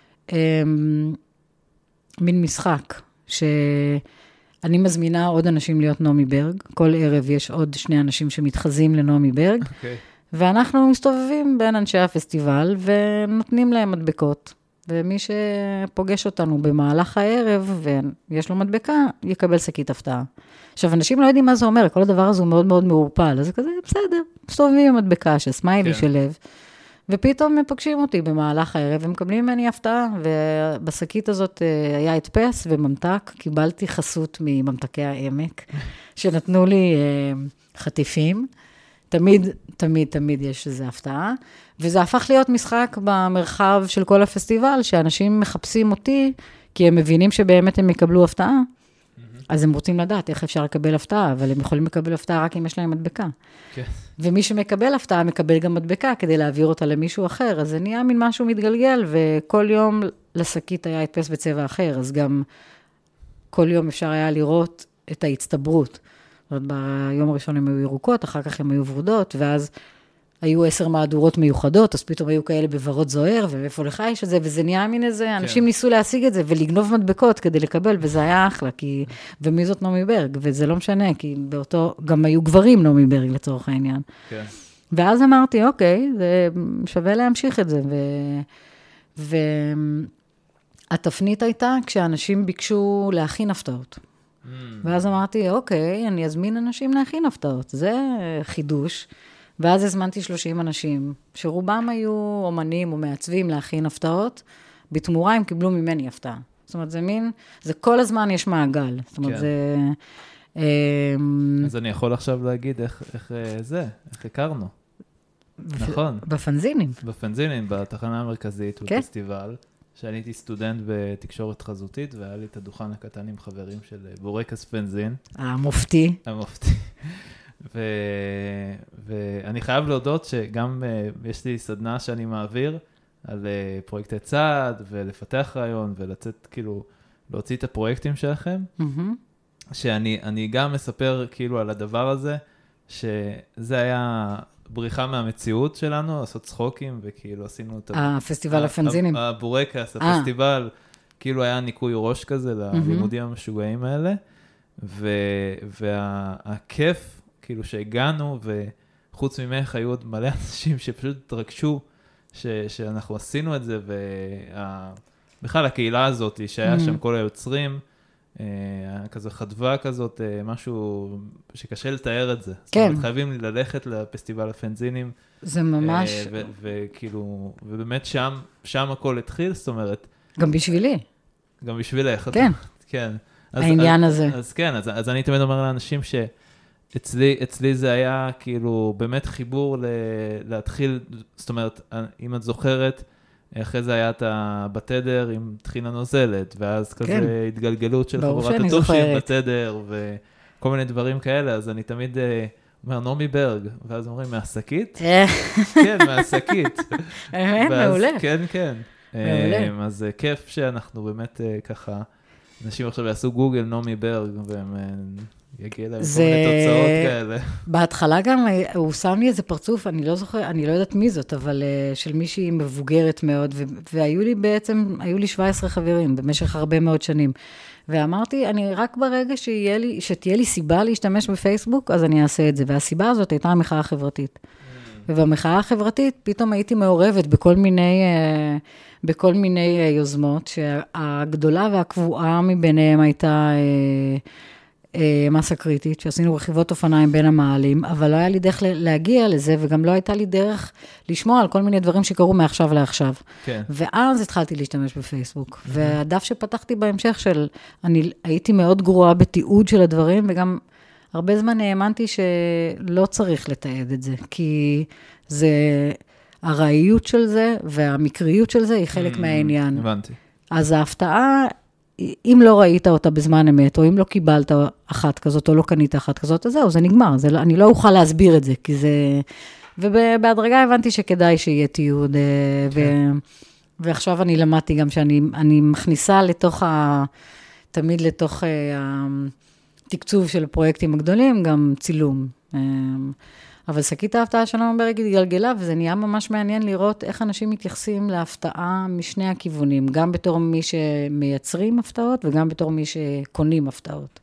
מין משחק, שאני מזמינה עוד אנשים להיות נעמי ברג, כל ערב יש עוד שני אנשים שמתחזים לנעמי ברג, okay. ואנחנו מסתובבים בין אנשי הפסטיבל, ונותנים להם מדבקות, ומי שפוגש אותנו במהלך הערב, ויש לו מדבקה, יקבל שקית הפתעה. עכשיו, אנשים לא יודעים מה זה אומר, כל הדבר הזה הוא מאוד מאוד מעורפל, אז זה כזה, בסדר, מסתובבים עם מדבקה, שסמיילי של לב, ופתאום הם פוגשים אותי במהלך הערב, ומקבלים ממני הפתעה, ובשקית הזאת היה הדפס וממתק, קיבלתי חסות מממתקי העמק, שנתנו לי חטיפים, תמיד, תמיד, תמיד יש איזו הפתעה, וזה הפך להיות משחק במרחב של כל הפסטיבל, שאנשים מחפשים אותי, כי הם מבינים שבאמת הם יקבלו הפתעה, אז הם רוצים לדעת איך אפשר לקבל הפתעה, אבל הם יכולים לקבל הפתעה רק אם יש להם מדבקה. כן. ומי שמקבל הפתעה, מקבל גם מדבקה, כדי להעביר אותה למישהו אחר, אז זה נהיה מין משהו מתגלגל, וכל יום לשקית היה הדפס בצבע אחר, אז גם כל יום אפשר היה לראות את ההצטברות. זאת אומרת, ביום הראשון הם היו ירוקות, אחר כך הם היו ורודות, ואז היו עשר מהדורות מיוחדות, אז פתאום היו כאלה בוורוד זוהר, ואיפה לך יש את זה, וזה נהיה מין איזה, אנשים ניסו להשיג את זה, ולגנוב מדבקות כדי לקבל, וזה היה אחלה, כי, ומי זאת נעמי ברג, וזה לא משנה, כי באותו, גם היו גברים נעמי ברג לצורך העניין. כן. ואז אמרתי, אוקיי, זה שווה להמשיך את זה, ו... והתפנית הייתה כשאנשים ביקשו להכין הפתעות. Mm. ואז אמרתי, אוקיי, אני אזמין אנשים להכין הפתעות, זה חידוש. ואז הזמנתי שלושים אנשים, שרובם היו אומנים או מעצבים להכין הפתעות, בתמורה הם קיבלו ממני הפתעה. זאת אומרת, זה מין, זה כל הזמן יש מעגל. זאת אומרת, זה... אז אני יכול עכשיו להגיד איך זה, איך הכרנו. נכון. בפנזינים. בפנזינים, בתחנה המרכזית, בפסטיבל, שאני הייתי סטודנט בתקשורת חזותית, והיה לי את הדוכן הקטן עם חברים של בורקס פנזין. המופתי. המופתי. ו... ואני חייב להודות שגם uh, יש לי סדנה שאני מעביר על uh, פרויקטי צעד ולפתח רעיון ולצאת כאילו להוציא את הפרויקטים שלכם, mm-hmm. שאני אני גם מספר כאילו על הדבר הזה, שזה היה בריחה מהמציאות שלנו, לעשות צחוקים וכאילו עשינו את הפסטיבל הפנזינים. הבורקס, הפסטיבל, כאילו היה ניקוי ראש כזה ללימודים המשוגעים האלה, והכיף כאילו שהגענו, וחוץ ממך היו עוד מלא אנשים שפשוט התרגשו ש, שאנחנו עשינו את זה, ובכלל הקהילה הזאת שהיה mm-hmm. שם כל היוצרים, היה כזו חדווה כזאת, משהו שקשה לתאר את זה. כן. זאת אומרת, חייבים ללכת לפסטיבל הפנזינים. זה ממש... ו- וכאילו, ובאמת שם, שם הכל התחיל, זאת אומרת... גם בשבילי. גם בשבילך. כן. כן. העניין אז, הזה. אז, אז כן, אז, אז אני תמיד אומר לאנשים ש... אצלי, אצלי זה היה כאילו באמת חיבור ל, להתחיל, זאת אומרת, אם את זוכרת, אחרי זה היה את בתדר עם תחינה נוזלת, ואז כזה כן. התגלגלות של חבורת הטושים בתדר, וכל מיני דברים כאלה, אז אני תמיד אומר, נעמי ברג, ואז אומרים, מהשקית? כן, מהשקית. מעולה. כן, כן. מעולה. אז כיף שאנחנו באמת ככה, אנשים עכשיו יעשו גוגל, נעמי ברג, והם... יגיע להם כל מיני תוצאות כאלה. בהתחלה גם הוא שם לי איזה פרצוף, אני לא זוכר, אני לא יודעת מי זאת, אבל של מישהי מבוגרת מאוד, והיו לי בעצם, היו לי שבעה עשר חברים במשך הרבה מאוד שנים. ואמרתי, אני רק ברגע שיהיה לי, שתהיה לי סיבה להשתמש בפייסבוק, אז אני אעשה את זה. והסיבה הזאת הייתה המחאה החברתית. ובמחאה החברתית פתאום הייתי מעורבת בכל מיני, בכל מיני יוזמות, שהגדולה והקבועה מביניהם הייתה... מסה קריטית, שעשינו רכיבות אופניים בין המעלים, אבל לא היה לי דרך להגיע לזה, וגם לא הייתה לי דרך לשמוע על כל מיני דברים שקרו מעכשיו לעכשיו. כן. ואז התחלתי להשתמש בפייסבוק. והדף שפתחתי בהמשך של, אני הייתי מאוד גרועה בתיעוד של הדברים, וגם הרבה זמן האמנתי שלא צריך לתעד את זה, כי זה, הרעיות של זה, והמקריות של זה היא חלק מהעניין. הבנתי. אז ההפתעה, אם לא ראית אותה בזמן אמת, או אם לא קיבלת אחת כזאת, או לא קנית אחת כזאת, אז זהו, זה נגמר. זה לא, אני לא אוכל להסביר את זה, כי זה... ובהדרגה הבנתי שכדאי שיהיה תיעוד, ו... ועכשיו אני למדתי גם שאני אני מכניסה לתוך ה... תמיד לתוך התקצוב של הפרויקטים הגדולים, גם צילום. אבל שקית ההפתעה שלנו ברגע התגלגלה, וזה נהיה ממש מעניין לראות איך אנשים מתייחסים להפתעה משני הכיוונים, גם בתור מי שמייצרים הפתעות, וגם בתור מי שקונים הפתעות.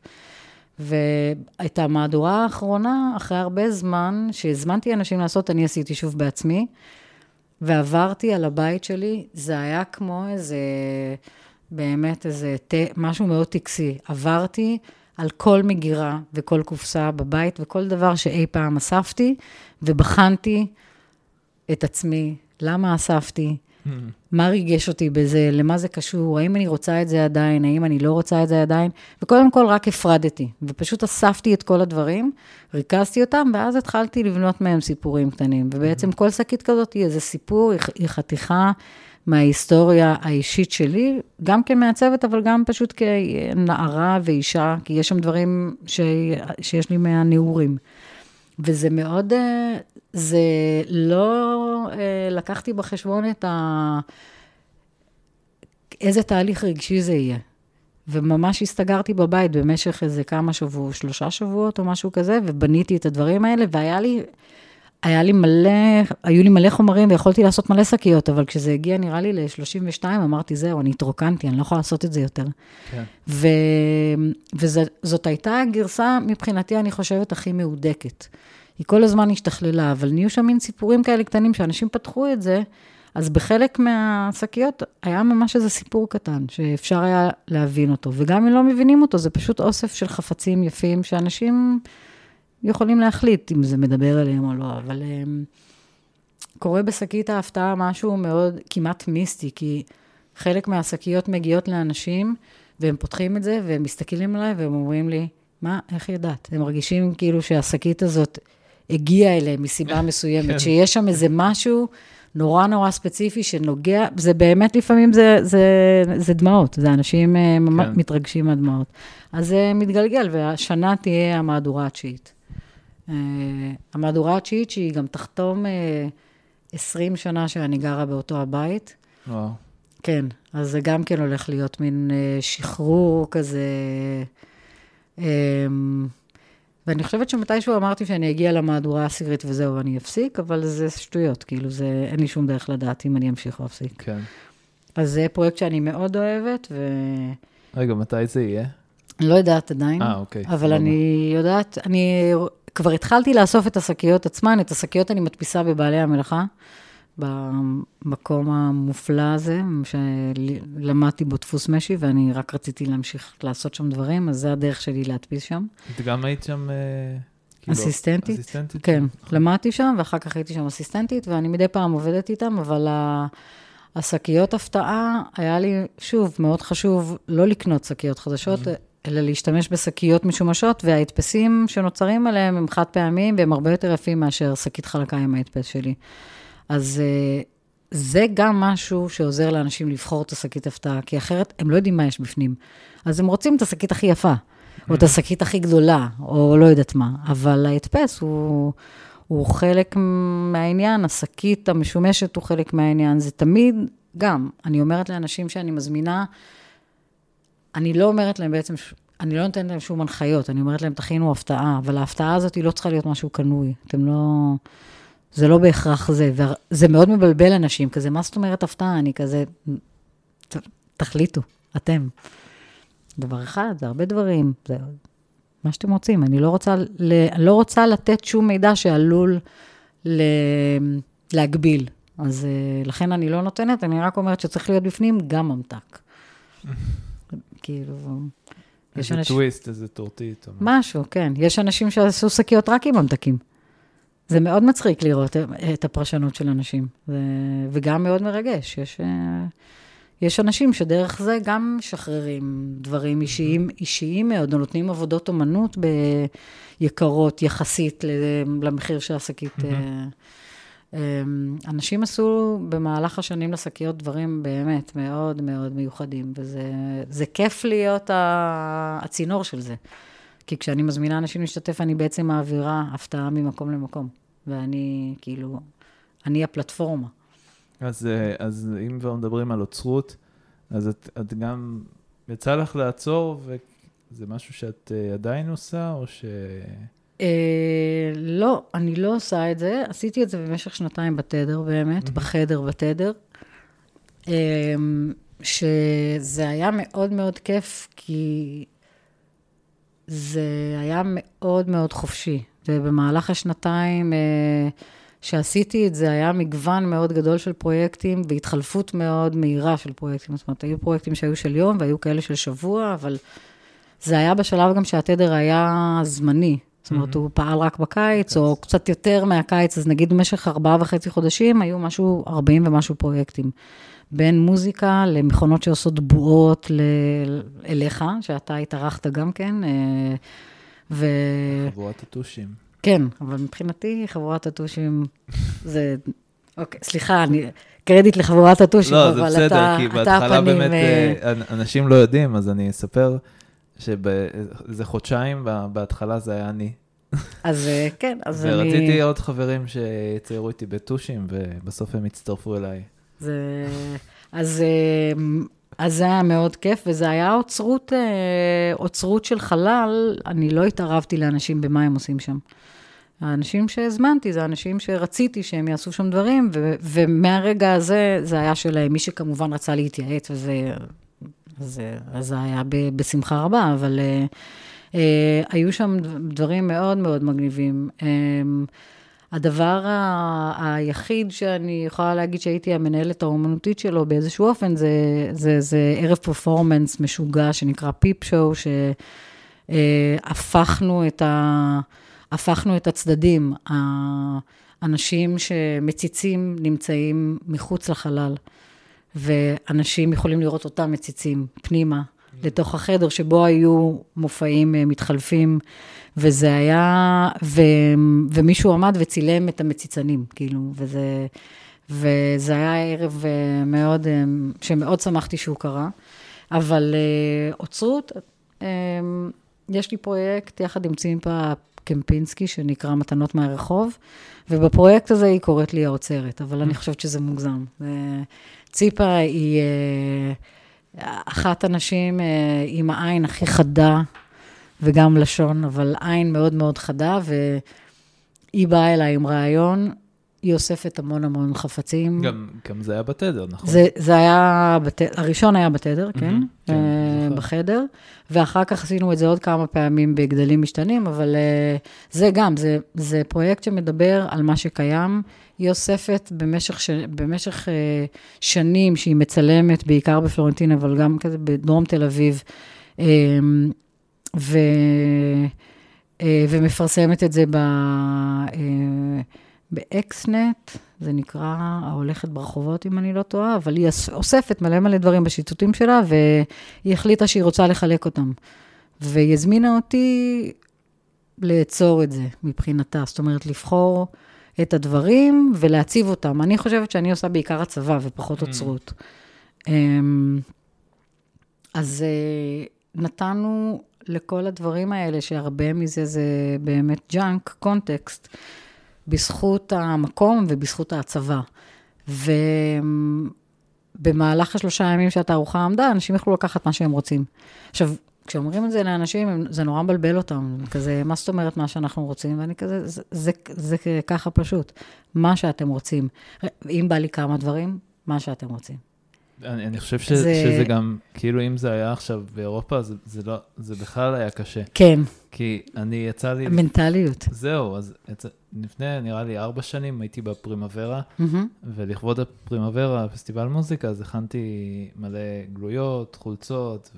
והייתה המהדורה האחרונה, אחרי הרבה זמן, שהזמנתי אנשים לעשות, אני עשיתי שוב בעצמי, ועברתי על הבית שלי, זה היה כמו איזה, באמת איזה, משהו מאוד טקסי. עברתי על כל מגירה וכל קופסה בבית, וכל דבר שאי פעם אספתי, ובחנתי את עצמי, למה אספתי, מה ריגש אותי בזה, למה זה קשור, האם אני רוצה את זה עדיין, האם אני לא רוצה את זה עדיין, וקודם כל רק הפרדתי, ופשוט אספתי את כל הדברים, ריכזתי אותם, ואז התחלתי לבנות מהם סיפורים קטנים, ובעצם כל שקית כזאת היא איזה סיפור, היא חתיכה מההיסטוריה האישית שלי, גם כמעצבת, אבל גם פשוט כנערה ואישה, כי יש שם דברים ש... שיש לי מהנעורים. וזה מאוד, זה לא, לקחתי בחשבון את ה... איזה תהליך רגשי זה יהיה. וממש הסתגרתי בבית במשך איזה כמה שבועות, שלושה שבועות או משהו כזה, ובניתי את הדברים האלה, והיה לי, היה לי מלא, היו לי מלא חומרים, ויכולתי לעשות מלא שקיות, אבל כשזה הגיע, נראה לי ל-שלושים ושתיים, אמרתי, זהו, אני התרוקנתי, אני לא יכולה לעשות את זה יותר. כן. ו... וזאת הייתה הגרסה, מבחינתי, אני חושבת, הכי מהודקת. היא כל הזמן השתכללה, אבל נהיו שם מין סיפורים כאלה קטנים, שאנשים פתחו את זה, אז בחלק מהשקיות, היה ממש איזה סיפור קטן, שאפשר היה להבין אותו, וגם אם לא מבינים אותו, זה פשוט אוסף של חפצים יפים, שאנשים יכולים להחליט אם זה מדבר אליהם או לא, אבל קורה בשקית ההפתעה משהו מאוד כמעט מיסטי, כי חלק מהשקיות מגיעות לאנשים, והם פותחים את זה, והם מסתכלים עליי, והם אומרים לי, מה, איך ידעת? הם מרגישים כאילו שהשקית הזאת הגיעה אליהם מסיבה מסוימת, שיש שם איזה משהו נורא נורא ספציפי שנוגע, זה באמת לפעמים זה, זה, זה דמעות, זה אנשים כן. מתרגשים מהדמעות. אז זה מתגלגל, והשנה תהיה המהדורה התשיעית. המהדורה התשיעית שהיא גם תחתום עשרים שנה שאני גרה באותו הבית. וואו. כן, אז זה גם כן הולך להיות מין שחרור כזה, ואני חושבת שמתישהו אמרתי שאני אגיע למהדורה העשירית וזהו, אני אפסיק, אבל זה שטויות, כאילו זה, אין לי שום דרך לדעת אם אני אמשיך או אפסיק. כן. אז זה פרויקט שאני מאוד אוהבת, ו... רגע, מתי זה יהיה? אני לא יודעת עדיין. אה, אוקיי. אבל אני יודעת, אני כבר התחלתי לאסוף את השקיות עצמן, את השקיות אני מדפיסה בבעלי המלאכה, במקום המופלא הזה, שלמדתי בו דפוס משי, ואני רק רציתי להמשיך לעשות שם דברים, אז זה הדרך שלי להדפיס שם. את גם היית שם... אסיסטנטית? אסיסטנטית? כן, למדתי שם, ואחר כך הייתי שם אסיסטנטית, ואני מדי פעם עובדת איתם, אבל השקיות הפתעה, היה לי, שוב, מאוד חשוב לא לקנות שקיות חדשות, אלא להשתמש בשקיות משומשות, וההדפסים שנוצרים עליהם הם חד פעמים, והם הרבה יותר יפים מאשר שקית חלקה עם ההדפס שלי. אז זה גם משהו שעוזר לאנשים לבחור את השקית הפתעה, כי אחרת הם לא יודעים מה יש בפנים. אז הם רוצים את השקית הכי יפה, או את השקית הכי גדולה, או לא יודעת מה. אבל ההדפס הוא, הוא חלק מהעניין, השקית המשומשת הוא חלק מהעניין. זה תמיד גם, אני אומרת לאנשים שאני מזמינה, אני לא אומרת להם בעצם, אני לא נותנת להם שום הנחיות, אני אומרת להם, תכינו הפתעה, אבל ההפתעה הזאת היא לא צריכה להיות משהו קנוי. אתם לא... זה לא בהכרח זה, וזה מאוד מבלבל אנשים, כזה, מה זאת אומרת הפתעה? אני כזה, תחליטו, אתם. דבר אחד, זה הרבה דברים, זה מה שאתם רוצים. אני לא רוצה, לא רוצה לתת שום מידע שעלול להגביל. אז לכן אני לא נותנת, אני רק אומרת שצריך להיות בפנים גם ממתק. כאילו... איזה טוויסט, איזה טורטית. משהו, כן. יש אנשים שעשו שקיות רק עם ממתקים. זה מאוד מצחיק לראות את הפרשנות של אנשים, וגם מאוד מרגש. יש, יש אנשים שדרך זה גם משחררים דברים אישיים, אישיים מאוד, או נותנים עבודות אומנות ביקרות יחסית למחיר של השקית. אנשים עשו במהלך השנים לשקיות דברים באמת מאוד מאוד מיוחדים, וזה כיף להיות הצינור של זה. כי כשאני מזמינה אנשים להשתתף, אני בעצם מעבירה הפתעה ממקום למקום. ואני, כאילו, אני הפלטפורמה. אז, אז אם כבר מדברים על אוצרות, אז את, את גם יצא לך לעצור, וזה משהו שאת עדיין עושה, או ש... אה, לא, אני לא עושה את זה. עשיתי את זה במשך שנתיים בתדר, באמת, בחדר בתדר. אה, שזה היה מאוד מאוד כיף, כי... זה היה מאוד מאוד חופשי, ובמהלך השנתיים שעשיתי את זה, היה מגוון מאוד גדול של פרויקטים, והתחלפות מאוד מהירה של פרויקטים. זאת אומרת, היו פרויקטים שהיו של יום, והיו כאלה של שבוע, אבל זה היה בשלב גם שהתדר היה זמני. זאת אומרת, הוא פעל רק בקיץ, או קצת יותר מהקיץ, אז נגיד במשך ארבעה וחצי חודשים, היו משהו, ארבעים ומשהו פרויקטים. בין מוזיקה למכונות שעושות בועות אליך, שאתה התארחת גם כן. ו... חבורת הטושים. כן, אבל מבחינתי חבורת הטושים זה... אוקיי, סליחה, אני... קרדיט לחבורת הטושים, לא, אבל זה בסדר, אתה, כי אתה בהתחלה הפנים... באמת אנשים לא יודעים, אז אני אספר שזה חודשיים, בהתחלה זה היה אני. אז כן, אז אני... ורציתי עוד חברים שיציירו איתי בטושים, ובסוף הם הצטרפו אליי. זה... אז... אז זה היה מאוד כיף, וזה היה אוצרות, אוצרות של חלל, אני לא התערבתי לאנשים במה הם עושים שם. האנשים שהזמנתי, זה האנשים שרציתי שהם יעשו שם דברים, ו- ומהרגע הזה, זה היה שלהם, מי שכמובן רצה להתייעץ, וזה זה, זה היה ב- בשמחה רבה, אבל uh, uh, היו שם דברים מאוד מאוד מגניבים. Um, הדבר ה- היחיד שאני יכולה להגיד שהייתי המנהלת האומנותית שלו באיזשהו אופן, זה, זה, זה ערב פרפורמנס משוגע שנקרא פיפ שואו, שהפכנו את ה... הפכנו את הצדדים. האנשים שמציצים נמצאים מחוץ לחלל, ואנשים יכולים לראות אותם מציצים פנימה, לתוך החדר שבו היו מופעים מתחלפים, וזה היה, ו, ומישהו עמד וצילם את המציצנים, כאילו, וזה, וזה היה ערב מאוד, שמאוד שמחתי שהוא קרה, אבל אוצרות, יש לי פרויקט יחד עם צימפה קמפינסקי, שנקרא מתנות מהרחוב, ובפרויקט הזה היא קוראת לי האוצרת, אבל אני חושבת שזה מוגזם. ציפה היא אחת הנשים עם העין הכי חדה, וגם לשון, אבל עין מאוד מאוד חדה, והיא באה אליי עם רעיון, היא אוספת המון המון חפצים. גם, גם זה היה בתדר, נכון? זה, זה היה, בתדר, הראשון היה בתדר, כן? כן, אה, בחדר, ואחר כך עשינו את זה עוד כמה פעמים בגדלים משתנים, אבל אה, זה גם, זה, זה פרויקט שמדבר על מה שקיים, היא אוספת במשך, ש... במשך אה, שנים שהיא מצלמת, בעיקר בפלורנטין, אבל גם כזה בדרום תל אביב, אה, ו... אה, ומפרסמת את זה ב... אה, באקסנט, זה נקרא ההולכת ברחובות, אם אני לא טועה, אבל היא אוספת מלא מלא דברים בשיטוטים שלה, והיא החליטה שהיא רוצה לחלק אותם. והיא הזמינה אותי לעצור את זה מבחינתה, זאת אומרת, לבחור את הדברים ולהציב אותם. אני חושבת שאני עושה בעיקר הצבא ופחות אוצרות. אז נתנו לכל הדברים האלה, שהרבה מזה זה באמת ג'אנק, קונטקסט, בזכות המקום ובזכות ההצבה. ובמהלך השלושה ימים שהתערוכה עמדה, אנשים יכלו לקחת מה שהם רוצים. עכשיו, כשאומרים את זה לאנשים, זה נורא מבלבל אותם. כזה, מה זאת אומרת מה שאנחנו רוצים? ואני כזה, זה, זה, זה, זה ככה פשוט. מה שאתם רוצים. אם בא לי כמה דברים, מה שאתם רוצים. אני, אני חושב ש, זה... שזה גם, כאילו אם זה היה עכשיו באירופה, זה, זה, לא, זה בכלל היה קשה. כן. כי אני יצא לי... מנטליות. זהו, אז יצא, לפני נראה לי ארבע שנים הייתי בפרימוורה, mm-hmm. ולכבוד הפרימוורה, הפסטיבל מוזיקה, אז הכנתי מלא גלויות, חולצות,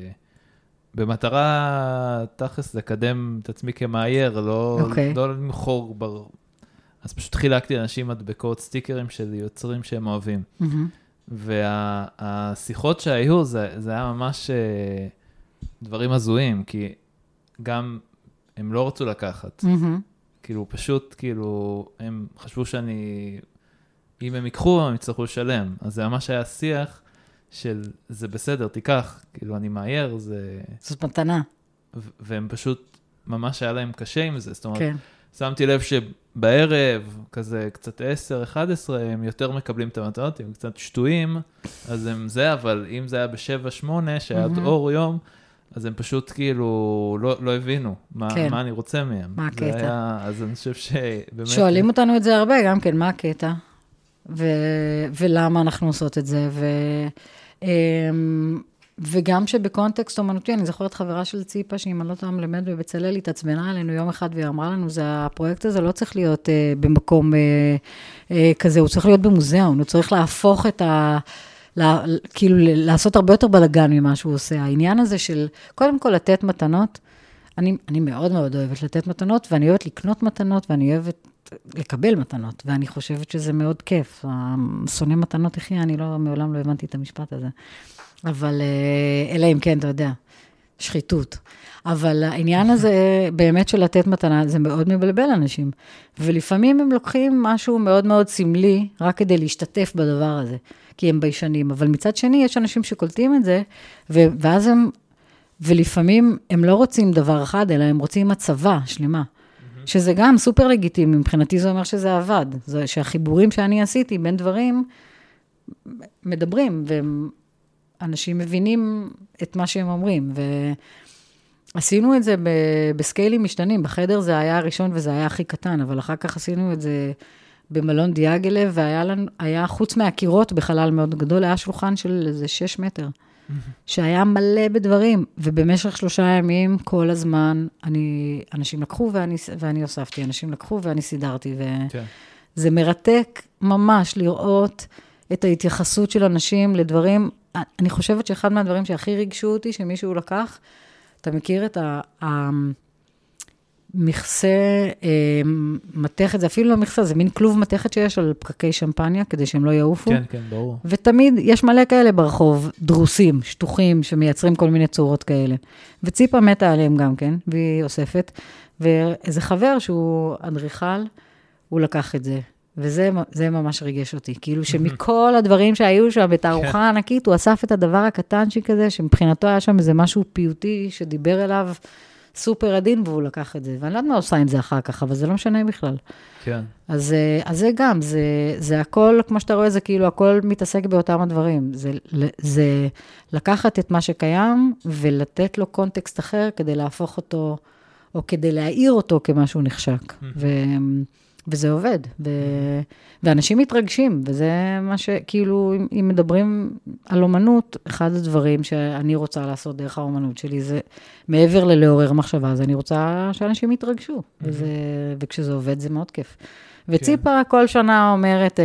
ובמטרה תכלס לקדם את עצמי כמאייר, לא, okay. לא למחור בר... אז פשוט חילקתי לאנשים מדבקות, סטיקרים של יוצרים שהם אוהבים. Mm-hmm. והשיחות שהיו, זה, זה היה ממש דברים הזויים, כי גם הם לא רצו לקחת. Mm-hmm. כאילו, פשוט, כאילו, הם חשבו שאני, אם הם ייקחו, הם יצטרכו לשלם. אז זה ממש היה שיח של, זה בסדר, תיקח. כאילו, אני מאייר, זה... זאת מתנה. ו- והם פשוט, ממש היה להם קשה עם זה. זאת אומרת, כן. שמתי לב שבערב, כזה קצת עשר, אחד עשרה, הם יותר מקבלים את המתנות, הם קצת שטויים, אז הם זה, אבל אם זה היה בשבע, שמונה, שהיה עוד אור יום, אז הם פשוט כאילו לא, לא הבינו מה, כן. מה אני רוצה מהם. מה הקטע? היה, אז אני חושב שבאמת... שואלים אותנו את זה הרבה, גם כן, מה הקטע? ו... ולמה אנחנו עושות את זה? ו... וגם שבקונטקסט אומנותי, אני זוכרת חברה של ציפה, שאם אני לא טועה מלמד בבצלאל, התעצבנה עלינו יום אחד, והיא אמרה לנו, זה, הפרויקט הזה לא צריך להיות אה, במקום אה, אה, כזה, הוא צריך להיות במוזיאון, הוא צריך להפוך את ה... לה, כאילו, לעשות הרבה יותר בלגן ממה שהוא עושה. העניין הזה של, קודם כל, לתת מתנות, אני, אני מאוד מאוד אוהבת לתת מתנות, ואני אוהבת לקנות מתנות, ואני אוהבת לקבל מתנות, ואני חושבת שזה מאוד כיף. שונא מתנות אחי, אני לא, מעולם לא הבנתי את המשפט הזה. אבל, אלא אם כן, אתה יודע, שחיתות. אבל העניין הזה, באמת של לתת מתנה, זה מאוד מבלבל אנשים. ולפעמים הם לוקחים משהו מאוד מאוד סמלי, רק כדי להשתתף בדבר הזה, כי הם ביישנים. אבל מצד שני, יש אנשים שקולטים את זה, ואז הם, ולפעמים הם לא רוצים דבר אחד, אלא הם רוצים הצבה שלמה. שזה גם סופר לגיטימי, מבחינתי זה אומר שזה עבד. זה שהחיבורים שאני עשיתי בין דברים, מדברים, ואנשים מבינים את מה שהם אומרים, ועשינו את זה בסקיילים משתנים, בחדר זה היה הראשון וזה היה הכי קטן, אבל אחר כך עשינו את זה במלון דיאגלה, והיה לנו, היה חוץ מהקירות בחלל מאוד גדול, היה שולחן של איזה שש מטר, שהיה מלא בדברים, ובמשך שלושה ימים, כל הזמן, אני, אנשים לקחו ואני, ואני הוספתי, אנשים לקחו ואני סידרתי, וזה מרתק ממש לראות את ההתייחסות של אנשים לדברים, אני חושבת שאחד מהדברים שהכי ריגשו אותי, שמישהו לקח, אתה מכיר את המכסה, מתכת, זה אפילו לא מכסה, זה מין כלוב מתכת שיש על פקקי שמפניה, כדי שהם לא יעופו. כן, כן, ברור. ותמיד יש מלא כאלה ברחוב, דרוסים, שטוחים, שמייצרים כל מיני צורות כאלה. וציפה מתה עליהם גם כן, והיא אוספת. ואיזה חבר שהוא אדריכל, הוא לקח את זה. וזה זה ממש ריגש אותי. כאילו שמכל הדברים שהיו שם, בתערוכה הענקית, הוא אסף את הדבר הקטנצ'י כזה, שמבחינתו היה שם איזה משהו פיוטי, שדיבר אליו סופר עדין, והוא לקח את זה. ואני לא יודעת מה עושה עם זה אחר כך, אבל זה לא משנה בכלל. כן. אז, אז זה גם, זה, זה הכל, כמו שאתה רואה, זה כאילו, הכל מתעסק באותם הדברים. זה, זה לקחת את מה שקיים, ולתת לו קונטקסט אחר, כדי להפוך אותו, או כדי להעיר אותו כמשהו נחשק. ו... וזה עובד, ו... ואנשים מתרגשים, וזה מה ש... כאילו, אם, אם מדברים על אומנות, אחד הדברים שאני רוצה לעשות דרך האומנות שלי, זה מעבר ללעורר מחשבה, אז אני רוצה שאנשים יתרגשו, וזה... וכשזה עובד זה מאוד כיף. וציפה כל שנה אומרת,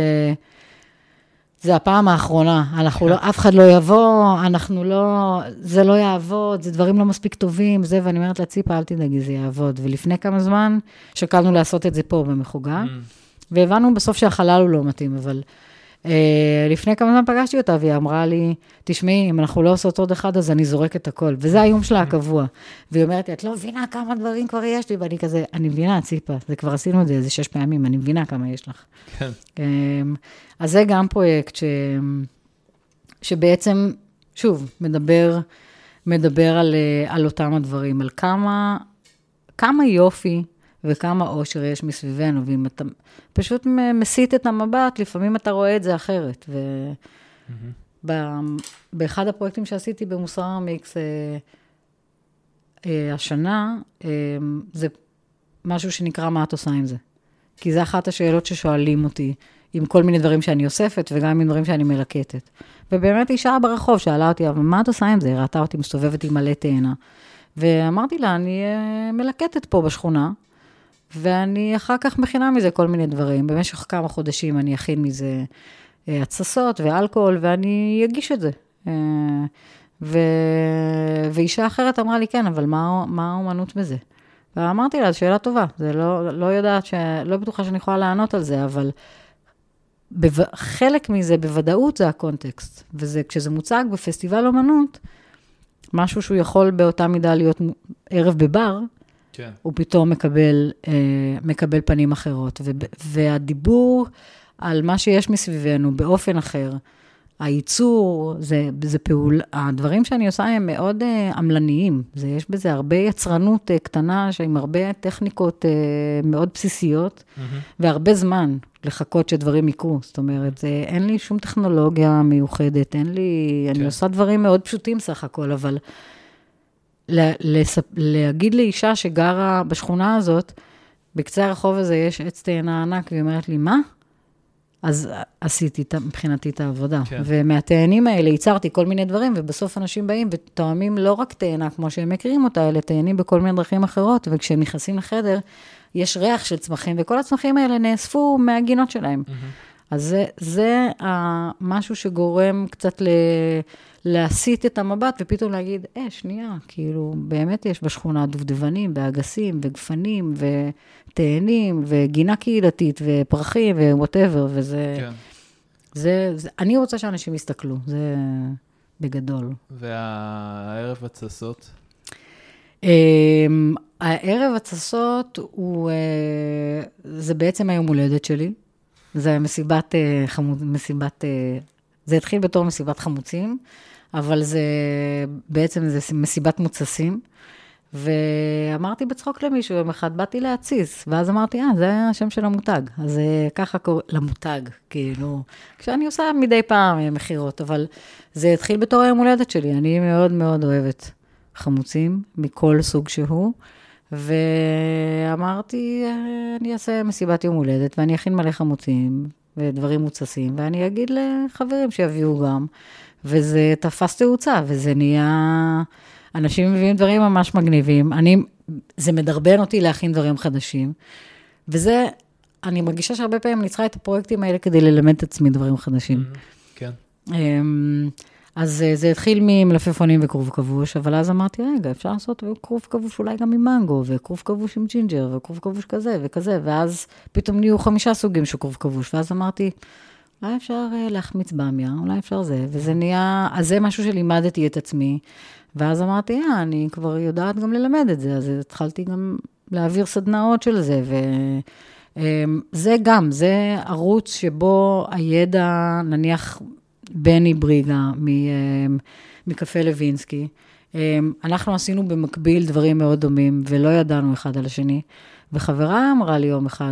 זה הפעם האחרונה, אנחנו לא, אף אחד לא יבוא, אנחנו לא, זה לא יעבוד, זה דברים לא מספיק טובים, זה, ואני אומרת לציפה, אל תדאגי, זה יעבוד. ולפני כמה זמן, שקלנו לעשות את זה פה במחוגה, והבנו בסוף שהחלל הוא לא מתאים, אבל אה, לפני כמה זמן פגשתי אותה, והיא אמרה לי, תשמעי, אם אנחנו לא עושות עוד אחד, אז אני זורק את הכל. וזה היום שלה הקבוע. והיא אומרת לי, את לא מבינה כמה דברים כבר יש לי, ואני כזה, אני מבינה, ציפה, זה כבר עשינו את זה איזה שש פעמים, אני מבינה כמה יש לך. כן. אה, אז זה גם פרויקט ש... שבעצם, שוב, מדבר, מדבר על, על אותם הדברים, על כמה, כמה יופי וכמה אושר יש מסביבנו, ואם אתה פשוט מסית את המבט, לפעמים אתה רואה את זה אחרת. ו... mm-hmm. באחד הפרויקטים שעשיתי במוסר המיקס, אה, אה, השנה, אה, זה משהו שנקרא מה את עושה עם זה. כי זה אחת השאלות ששואלים אותי, עם כל מיני דברים שאני אוספת, וגם עם דברים שאני מלקטת. ובאמת אישה ברחוב שאלה אותי, אבל מה את עושה עם זה? היא ראתה אותי מסתובבת עם מלא תאנה. ואמרתי לה, אני מלקטת פה בשכונה, ואני אחר כך מכינה מזה כל מיני דברים. במשך כמה חודשים אני אכין מזה הצסות ואלכוהול, ואני אגיש את זה. ו... ואישה אחרת אמרה לי, כן, אבל מה, מה האומנות בזה? ואמרתי לה, שאלה טובה. זה לא, לא יודעת, ש... לא בטוחה שאני יכולה לענות על זה, אבל בו... חלק מזה בוודאות זה הקונטקסט. וזה, כשזה מוצג בפסטיבל אומנות, משהו שהוא יכול באותה מידה להיות ערב בבר, כן. הוא פתאום מקבל, אה, מקבל פנים אחרות. ו... והדיבור על מה שיש מסביבנו באופן אחר, הייצור, זה, זה פעול, הדברים שאני עושה הם מאוד uh, עמלניים, זה, יש בזה הרבה יצרנות uh, קטנה, עם הרבה טכניקות uh, מאוד בסיסיות, mm-hmm. והרבה זמן לחכות שדברים יקרו, זאת אומרת, זה, אין לי שום טכנולוגיה מיוחדת, אין לי, כן. אני עושה דברים מאוד פשוטים סך הכל, אבל לה, לספ, להגיד לאישה שגרה בשכונה הזאת, בקצה הרחוב הזה יש עץ תאנה ענק, והיא אומרת לי, מה? אז עשיתי מבחינתי את העבודה. כן. ומהטענים האלה ייצרתי כל מיני דברים, ובסוף אנשים באים וטועמים לא רק טענה, כמו שהם מכירים אותה, אלא טענים בכל מיני דרכים אחרות, וכשהם נכנסים לחדר, יש ריח של צמחים, וכל הצמחים האלה נאספו מהגינות שלהם. Mm-hmm. אז זה, זה משהו שגורם קצת ל... להסיט את המבט, ופתאום להגיד, אה, שנייה, כאילו, באמת יש בשכונה דובדבנים, ואגסים, וגפנים, ותאנים, וגינה קהילתית, ופרחים, ווואטאבר, וזה... כן. זה, זה, אני רוצה שאנשים יסתכלו, זה בגדול. והערב הצסות? הערב הצסות הוא, זה בעצם היום הולדת שלי. זה מסיבת חמוד, מסיבת... זה התחיל בתור מסיבת חמוצים, אבל זה בעצם זה מסיבת מוצסים, ואמרתי בצחוק למישהו, יום אחד באתי להציס, ואז אמרתי, אה, זה השם של המותג, אז ככה קורא, למותג, כאילו, כשאני עושה מדי פעם מחירות, אבל זה התחיל בתור היום הולדת שלי, אני מאוד מאוד אוהבת חמוצים, מכל סוג שהוא, ואמרתי, אני אעשה מסיבת יום הולדת, ואני אכין מלא חמוצים, ודברים מוצסים, ואני אגיד לחברים שיביאו גם, וזה תפס תאוצה, וזה נהיה, אנשים מביאים דברים ממש מגניבים, אני, זה מדרבן אותי להכין דברים חדשים, וזה, אני מרגישה שהרבה פעמים אני צריכה את הפרויקטים האלה, כדי ללמד את עצמי דברים חדשים. כן. אז זה התחיל ממלפפונים וכרוב כבוש, אבל אז אמרתי, רגע, אפשר לעשות כרוב כבוש אולי גם עם מנגו, וכרוב כבוש עם ג'ינג'ר, וכרוב כבוש כזה וכזה, ואז פתאום נהיו חמישה סוגים של כרוב כבוש, ואז אמרתי, אולי אפשר להחמיץ במיה, אולי אפשר זה, וזה נהיה, אז זה משהו שלימדתי את עצמי, ואז אמרתי, אה, אני כבר יודעת גם ללמד את זה, אז התחלתי גם להעביר סדנאות של זה, וזה גם, זה ערוץ שבו הידע, נניח, בני בריגה, מקפה לוינסקי. אנחנו עשינו במקביל דברים מאוד דומים, ולא ידענו אחד על השני. וחברה אמרה לי יום אחד,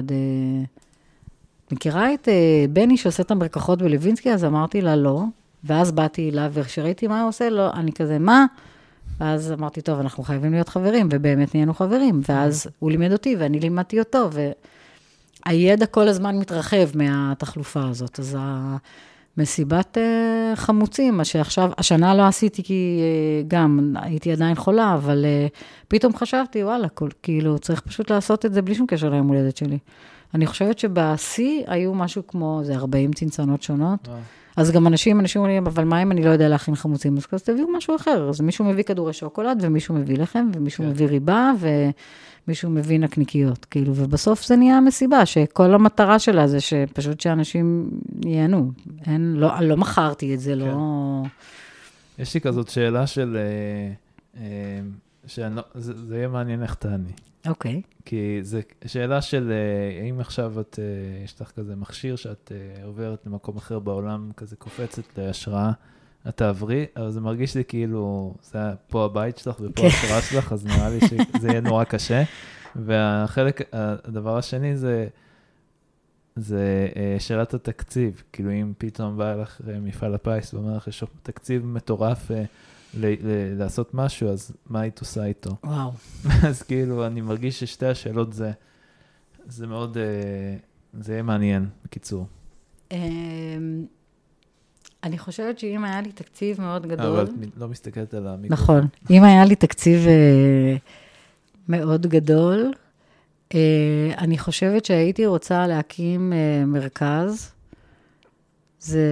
מכירה את בני שעושה את המרקחות בלוינסקי? אז אמרתי לה לא, ואז באתי אליו, וכשראיתי מה הוא עושה, לא, אני כזה, מה? ואז אמרתי, טוב, אנחנו חייבים להיות חברים, ובאמת נהיינו חברים. ואז הוא לימד אותי, ואני לימדתי אותו, והידע כל הזמן מתרחב מהתחלופה הזאת. אז ה... מסיבת uh, חמוצים, מה שעכשיו, השנה לא עשיתי כי uh, גם הייתי עדיין חולה, אבל uh, פתאום חשבתי, וואלה, כל, כאילו צריך פשוט לעשות את זה בלי שום קשר ליום הולדת שלי. אני חושבת שב-C היו משהו כמו, זה ארבעים צנצנות שונות, אז גם אנשים, אנשים אומרים, אבל מה אם אני לא יודע להכין חמוצים? אז תביאו משהו אחר, אז מישהו מביא כדורי שוקולד, ומישהו מביא לחם, ומישהו כן. מביא ריבה, ומישהו מביא נקניקיות, כאילו, ובסוף זה נהיה מסיבה, שכל המטרה שלה זה שפשוט שאנשים ייהנו. אין, לא, לא מכרתי את זה, כן. לא... יש לי כזאת שאלה של, שאני, זה, זה יהיה מעניין איך תעני. אוקיי. כי זו שאלה של, האם עכשיו את, יש לך כזה מכשיר שאת עוברת למקום אחר בעולם, כזה קופצת להשראה, את תעברי, אבל זה מרגיש לי כאילו, זה פה הבית שלך ופה ההשראה שלך, אז נראה לי שזה יהיה נורא קשה. והחלק, הדבר השני זה, זה שאלת התקציב. כאילו אם פתאום בא לך מפעל הפיס ואומר לך, יש תקציב מטורף ל- ל- לעשות משהו, אז מה היית עושה איתו? וואו. אז כאילו, אני מרגיש ששתי השאלות זה, זה מאוד, זה יהיה מעניין, בקיצור. אני חושבת שאם היה לי תקציב מאוד גדול... אבל לא מסתכלת על המיקרופון. נכון. אם היה לי תקציב מאוד גדול, אני חושבת שהייתי רוצה להקים מרכז, זה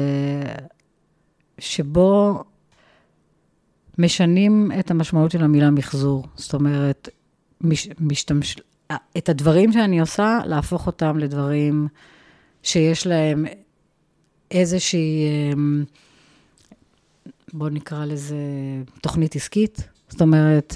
שבו משנים את המשמעות של המילה מחזור. זאת אומרת, מש, משתמש, את הדברים שאני עושה, להפוך אותם לדברים שיש להם איזושהי, בוא נקרא לזה תוכנית עסקית. זאת אומרת,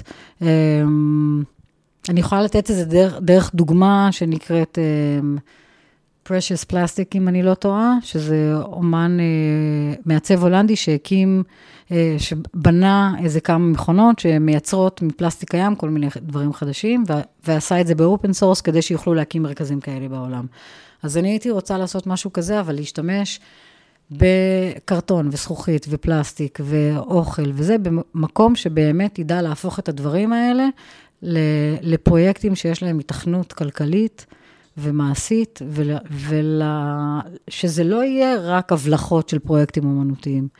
אני יכולה לתת איזה דרך, דרך דוגמה שנקראת Precious Plastic, אם אני לא טועה, שזה אומן מעצב הולנדי שהקים, שבנה איזה כמה מכונות שמייצרות מפלסטיק קיים, כל מיני דברים חדשים, ועשה את זה באופן סורס כדי שיוכלו להקים מרכזים כאלה בעולם. אז אני הייתי רוצה לעשות משהו כזה, אבל להשתמש בקרטון וזכוכית ופלסטיק ואוכל, וזה במקום שבאמת ידע להפוך את הדברים האלה לפרויקטים שיש להם התכנות כלכלית, ומעשית, ול, ול, שזה לא יהיה רק הבלחות של פרויקטים אומנותיים.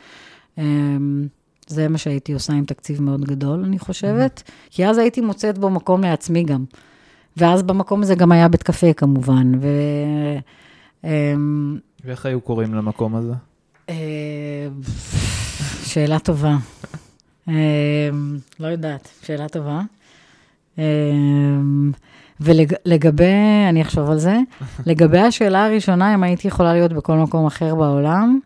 זה מה שהייתי עושה עם תקציב מאוד גדול, אני חושבת, כי אז הייתי מוצאת בו מקום לעצמי גם. ואז במקום הזה גם היה בית קפה כמובן. ו... ואיך היו קוראים למקום הזה? שאלה טובה. לא יודעת, שאלה טובה. ולגבי, אני אחשוב על זה, לגבי השאלה הראשונה, אם הייתי יכולה להיות בכל מקום אחר בעולם,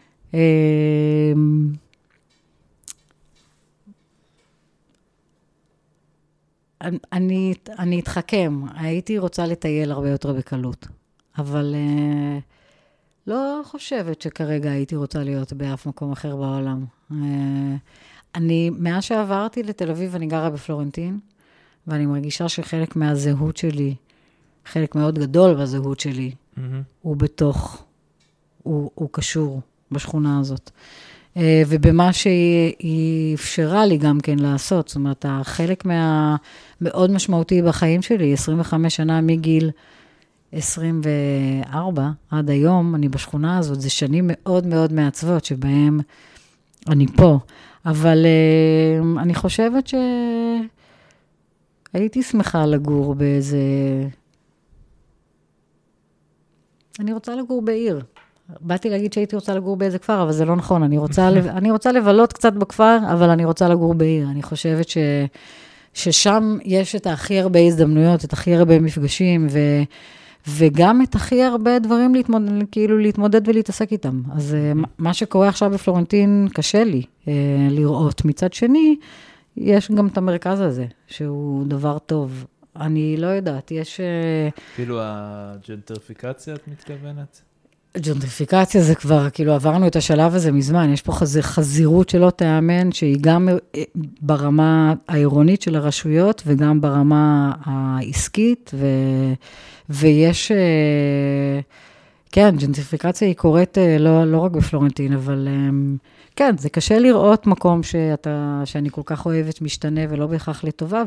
אני, אני אתחכם, הייתי רוצה לטייל הרבה יותר בקלות, אבל uh, לא חושבת שכרגע הייתי רוצה להיות באף מקום אחר בעולם. Uh, אני, מאז שעברתי לתל אביב, אני גרה בפלורנטין, ואני מרגישה שחלק מהזהות שלי, חלק מאוד גדול בזהות שלי, mm-hmm. הוא בתוך, הוא, הוא קשור בשכונה הזאת. ובמה שהיא אפשרה לי גם כן לעשות, זאת אומרת, החלק מה, מאוד משמעותי בחיים שלי, עשרים וחמש שנה מגיל עשרים וארבע עד היום, אני בשכונה הזאת, זה שנים מאוד מאוד מעצבות, שבהם אני פה. אבל אני חושבת שהייתי שמחה לגור באיזה... אני רוצה לגור בעיר. באתי להגיד שהייתי רוצה לגור באיזה כפר, אבל זה לא נכון. אני רוצה, אני רוצה לבלות קצת בכפר, אבל אני רוצה לגור בעיר. אני חושבת ש, ששם יש את הכי הרבה הזדמנויות, את הכי הרבה מפגשים, ו, וגם את הכי הרבה דברים להתמודד, כאילו להתמודד ולהתעסק איתם. אז מה שקורה עכשיו בפלורנטין קשה לי לראות. מצד שני, יש גם את המרכז הזה, שהוא דבר טוב. אני לא יודעת, יש... כאילו הג'נטריפיקציה, את מתכוונת? ג'נטריפיקציה זה כבר, כאילו עברנו את השלב הזה מזמן, יש פה חז, חזירות שלא תאמן, שהיא גם ברמה העירונית של הרשויות, וגם ברמה העסקית, ו, ויש, כן, ג'נטריפיקציה היא קורית לא, לא רק בפלורנטין, אבל כן, זה קשה לראות מקום שאתה, שאני כל כך אוהבת משתנה, ולא בהכרח לטובה,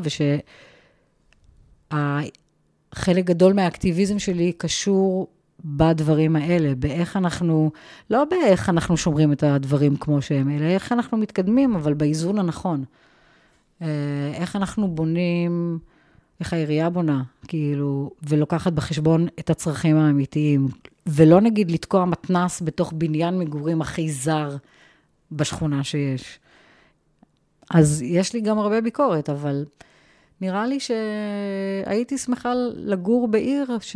ושחלק גדול מהאקטיביזם שלי קשור בדברים האלה, באיך אנחנו, לא באיך אנחנו שומרים את הדברים כמו שהם, אלא איך אנחנו מתקדמים, אבל באיזון הנכון. איך אנחנו בונים, איך העירייה בונה, כאילו, ולוקחת בחשבון את הצרכים האמיתיים, ולא נגיד לתקוע מתנס בתוך בניין מגורים הכי זר בשכונה שיש. אז יש לי גם הרבה ביקורת, אבל נראה לי שהייתי שמחה לגור בעיר ש...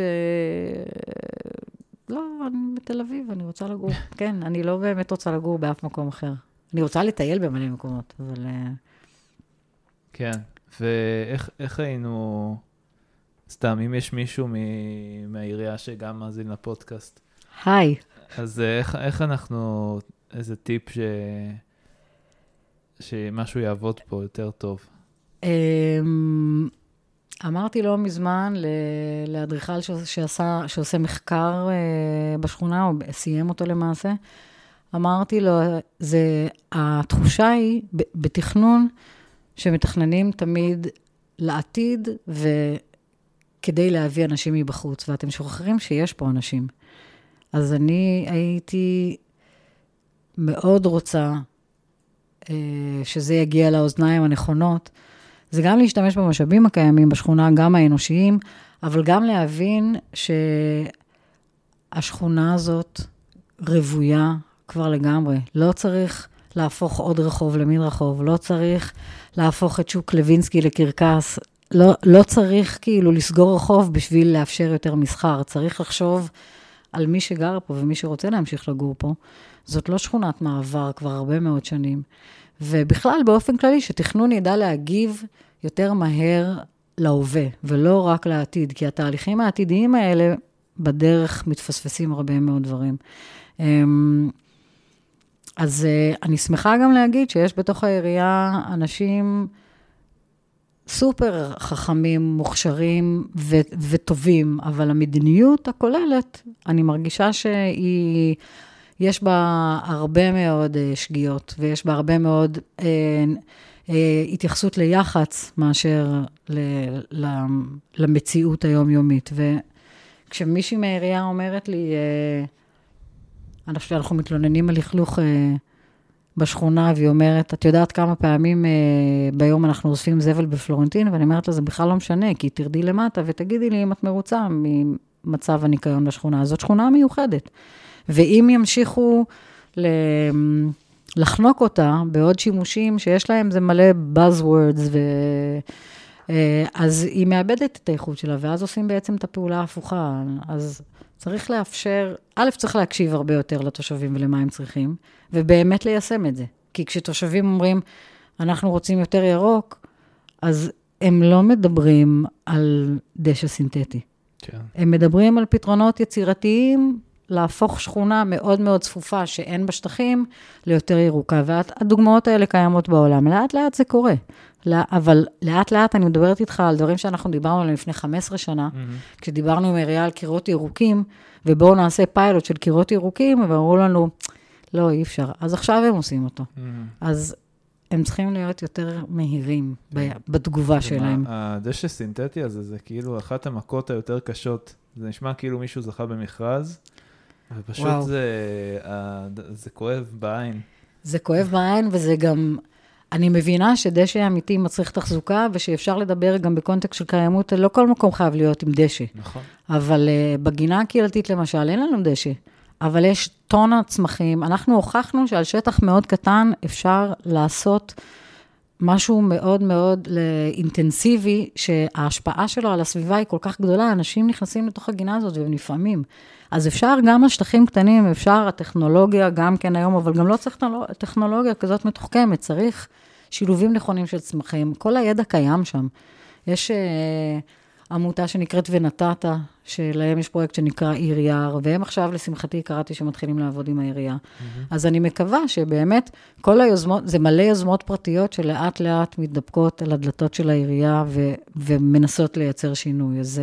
לא, אני בתל אביב, אני רוצה לגור. כן, אני לא באמת רוצה לגור באף מקום אחר. אני רוצה לטייל במלא מקומות, אבל... כן, ואיך איך היינו... סתם, אם יש מישהו מהעירייה שגם מאזין לפודקאסט. היי. אז איך, איך אנחנו... איזה טיפ ש... שמשהו יעבוד פה יותר טוב? אמרתי לא מזמן לאדריכל שעשה, שעושה מחקר בשכונה, או סיים אותו למעשה, אמרתי לו, זה, התחושה היא בתכנון שמתכננים תמיד לעתיד, וכדי להביא אנשים מבחוץ, ואתם שוכחים שיש פה אנשים. אז אני הייתי מאוד רוצה שזה יגיע לאוזניים הנכונות, זה גם להשתמש במשאבים הקיימים בשכונה, גם האנושיים, אבל גם להבין שהשכונה הזאת רבויה כבר לגמרי. לא צריך להפוך עוד רחוב למין רחוב, לא צריך להפוך את שוק לוינסקי לקרקס, לא, לא צריך כאילו לסגור רחוב בשביל לאפשר יותר מסחר, צריך לחשוב על מי שגר פה ומי שרוצה להמשיך לגור פה. זאת לא שכונת מעבר כבר הרבה מאוד שנים. ובכלל, באופן כללי, שתכנון ידע להגיב יותר מהר להווה, ולא רק לעתיד, כי התהליכים העתידיים האלה בדרך מתפספסים הרבה מאוד דברים. אז אני שמחה גם להגיד שיש בתוך העירייה אנשים סופר חכמים, מוכשרים ו- וטובים, אבל המדיניות הכוללת, אני מרגישה שהיא... יש בה הרבה מאוד שגיאות, ויש בה הרבה מאוד אה, אה, התייחסות ליחץ, מאשר ל, ל, למציאות היומיומית. כשמישהי מהעירייה אומרת לי, אני חושבת שאנחנו מתלוננים על לכלוך בשכונה, והיא אומרת, את יודעת כמה פעמים ביום אנחנו אוספים זבל בפלורנטין, ואני אומרת לה, זה בכלל לא משנה, כי תרדי למטה ותגידי לי אם את מרוצה ממצב הניקיון בשכונה. זאת שכונה מיוחדת. ואם ימשיכו לחנוק אותה בעוד שימושים שיש להם, זה מלא buzzwords, ו... אז היא מאבדת את האיכות שלה, ואז עושים בעצם את הפעולה ההפוכה. אז צריך לאפשר, א', צריך להקשיב הרבה יותר לתושבים ולמה הם צריכים, ובאמת ליישם את זה. כי כשתושבים אומרים, אנחנו רוצים יותר ירוק, אז הם לא מדברים על דשא סינתטי. כן. הם מדברים על פתרונות יצירתיים, להפוך שכונה מאוד מאוד צפופה, שאין בשטחים, ליותר ירוקה. והדוגמאות האלה קיימות בעולם. לאט לאט זה קורה. אבל לאט לאט אני מדברת איתך על דברים שאנחנו דיברנו עליהם לפני חמש עשרה שנה, mm-hmm. כשדיברנו עם העירייה על קירות ירוקים, ובואו נעשה פיילוט של קירות ירוקים, ואמרו לנו, לא, אי אפשר. אז עכשיו הם עושים אותו. Mm-hmm. אז הם צריכים להיות יותר מהירים mm-hmm. בתגובה שלהם. הדשא סינתטי הזה, זה כאילו אחת המכות היותר קשות. זה נשמע כאילו מישהו זכה במכרז, ופשוט זה, זה כואב בעין. זה כואב בעין, וזה גם... אני מבינה שדשא אמיתי מצריך תחזוקה, ושאפשר לדבר גם בקונטקסט של קיימות, לא כל מקום חייב להיות עם דשא. נכון. אבל uh, בגינה הקהילתית למשל, אין לנו דשא, אבל יש טונה צמחים. אנחנו הוכחנו שעל שטח מאוד קטן אפשר לעשות משהו מאוד מאוד אינטנסיבי, שההשפעה שלו על הסביבה היא כל כך גדולה, אנשים נכנסים לתוך הגינה הזאת והם נפעמים. אז אפשר גם על שטחים קטנים, אפשר הטכנולוגיה גם כן היום, אבל גם לא צריך טכנולוגיה כזאת מתוחכמת, צריך שילובים נכונים של צמחים, כל הידע קיים שם. יש uh, עמותה שנקראת ונתת, שלהם יש פרויקט שנקרא עיר יער, והם עכשיו לשמחתי קראתי שמתחילים לעבוד עם העירייה. Mm-hmm. אז אני מקווה שבאמת כל היוזמות, זה מלא יוזמות פרטיות שלאט לאט מתדפקות על הדלתות של העירייה, ו, ומנסות לייצר שינוי. אז...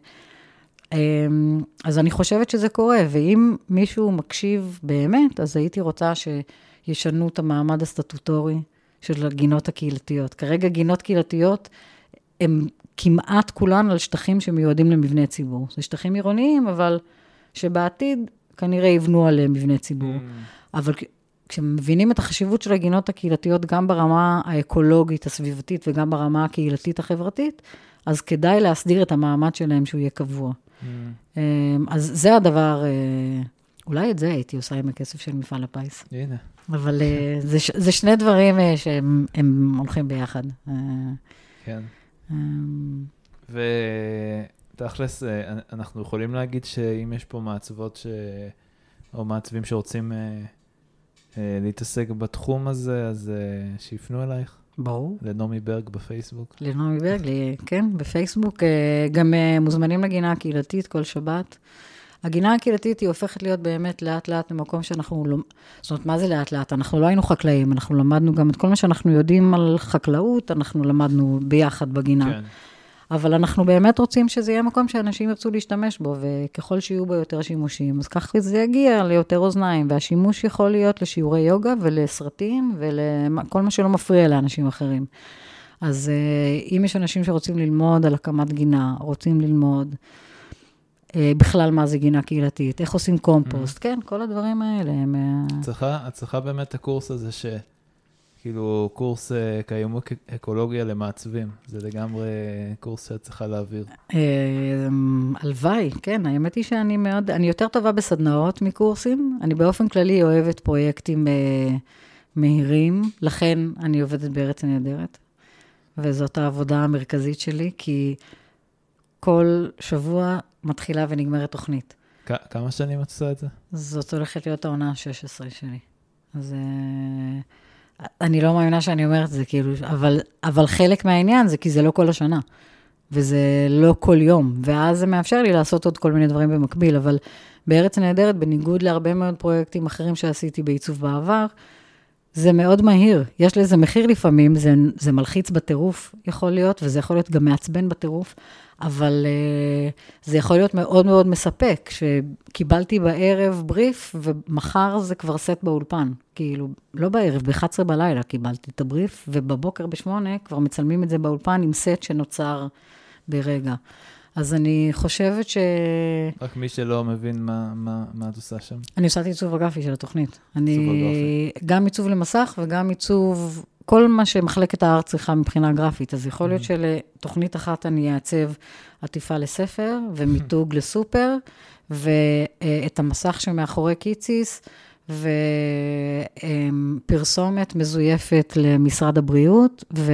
אז אני חושבת שזה קורה, ואם מישהו מקשיב באמת, אז הייתי רוצה שישנו את המעמד הסטטוטורי של הגינות הקהילתיות. כרגע גינות קהילתיות הן כמעט כולן על שטחים שמיועדים למבני ציבור. זה שטחים עירוניים, אבל שבעתיד כנראה יבנו עליהם מבני ציבור. Mm. אבל כשמבינים את החשיבות של הגינות הקהילתיות, גם ברמה האקולוגית, הסביבתית, וגם ברמה הקהילתית החברתית, אז כדאי להסדיר את המעמד שלהם שהוא יהיה קבוע. Mm. אז זה הדבר, אולי את זה הייתי עושה עם הכסף של מפעל הפיס. הנה. אבל זה, זה שני דברים שהם הם הולכים ביחד. כן. ותכלס, אנחנו יכולים להגיד שאם יש פה מעצבות ש... או מעצבים שרוצים להתעסק בתחום הזה, אז שיפנו אלייך. ברור. לנעמי ברג בפייסבוק. לנעמי ברג, כן, בפייסבוק. גם מוזמנים לגינה הקהילתית כל שבת. הגינה הקהילתית היא הופכת להיות באמת לאט לאט למקום שאנחנו לא... זאת אומרת, מה זה לאט לאט? אנחנו לא היינו חקלאים, אנחנו למדנו גם את כל מה שאנחנו יודעים על חקלאות, אנחנו למדנו ביחד בגינה. כן. אבל אנחנו באמת רוצים שזה יהיה מקום שאנשים ירצו להשתמש בו, וככל שיהיו בו יותר שימושים, אז ככה זה יגיע ליותר אוזניים, והשימוש יכול להיות לשיעורי יוגה ולסרטים, ולכל מה שלא מפריע לאנשים אחרים. אז אם יש אנשים שרוצים ללמוד על הקמת גינה, רוצים ללמוד בכלל מה זה גינה קהילתית, איך עושים קומפוסט, כן, כל הדברים האלה. את צריכה באמת את הקורס הזה ש... כאילו קורס קיימות אקולוגיה למעצבים, זה לגמרי קורס שאת צריכה להעביר. הלוואי, כן, האמת היא שאני מאוד, אני יותר טובה בסדנאות מקורסים, אני באופן כללי אוהבת פרויקטים מהירים, לכן אני עובדת בארץ הנהדרת, וזאת העבודה המרכזית שלי, כי כל שבוע מתחילה ונגמרת תוכנית. כמה שנים את עושה את זה? זאת הולכת להיות העונה ה-שש עשרה שלי. אז... אני לא מאמינה שאני אומרת את זה, כאילו, אבל, אבל חלק מהעניין זה כי זה לא כל השנה, וזה לא כל יום, ואז זה מאפשר לי לעשות עוד כל מיני דברים במקביל, אבל בארץ הנהדרת, בניגוד להרבה מאוד פרויקטים אחרים שעשיתי בעיצוב בעבר, זה מאוד מהיר, יש לזה מחיר לפעמים, זה, זה מלחיץ בטירוף יכול להיות, וזה יכול להיות גם מעצבן בטירוף, אבל uh, זה יכול להיות מאוד מאוד מספק, שקיבלתי בערב בריף, ומחר זה כבר סט באולפן, כאילו, לא בערב, ב-אחת עשרה בלילה קיבלתי את הבריף, ובבוקר בשמונה כבר מצלמים את זה באולפן עם סט שנוצר ברגע. אז אני חושבת ש... רק מי שלא מבין מה, מה, מה את עושה שם. אני עושה את עיצוב הגרפי של התוכנית. אני גם עיצוב למסך וגם עיצוב, כל מה שמחלקת הארץ צריכה מבחינה גרפית. אז יכול להיות שלתוכנית אחת אני אעצב עטיפה לספר ומיתוג לסופר, ואת המסך שמאחורי קיציס, ופרסומת מזויפת למשרד הבריאות, ו...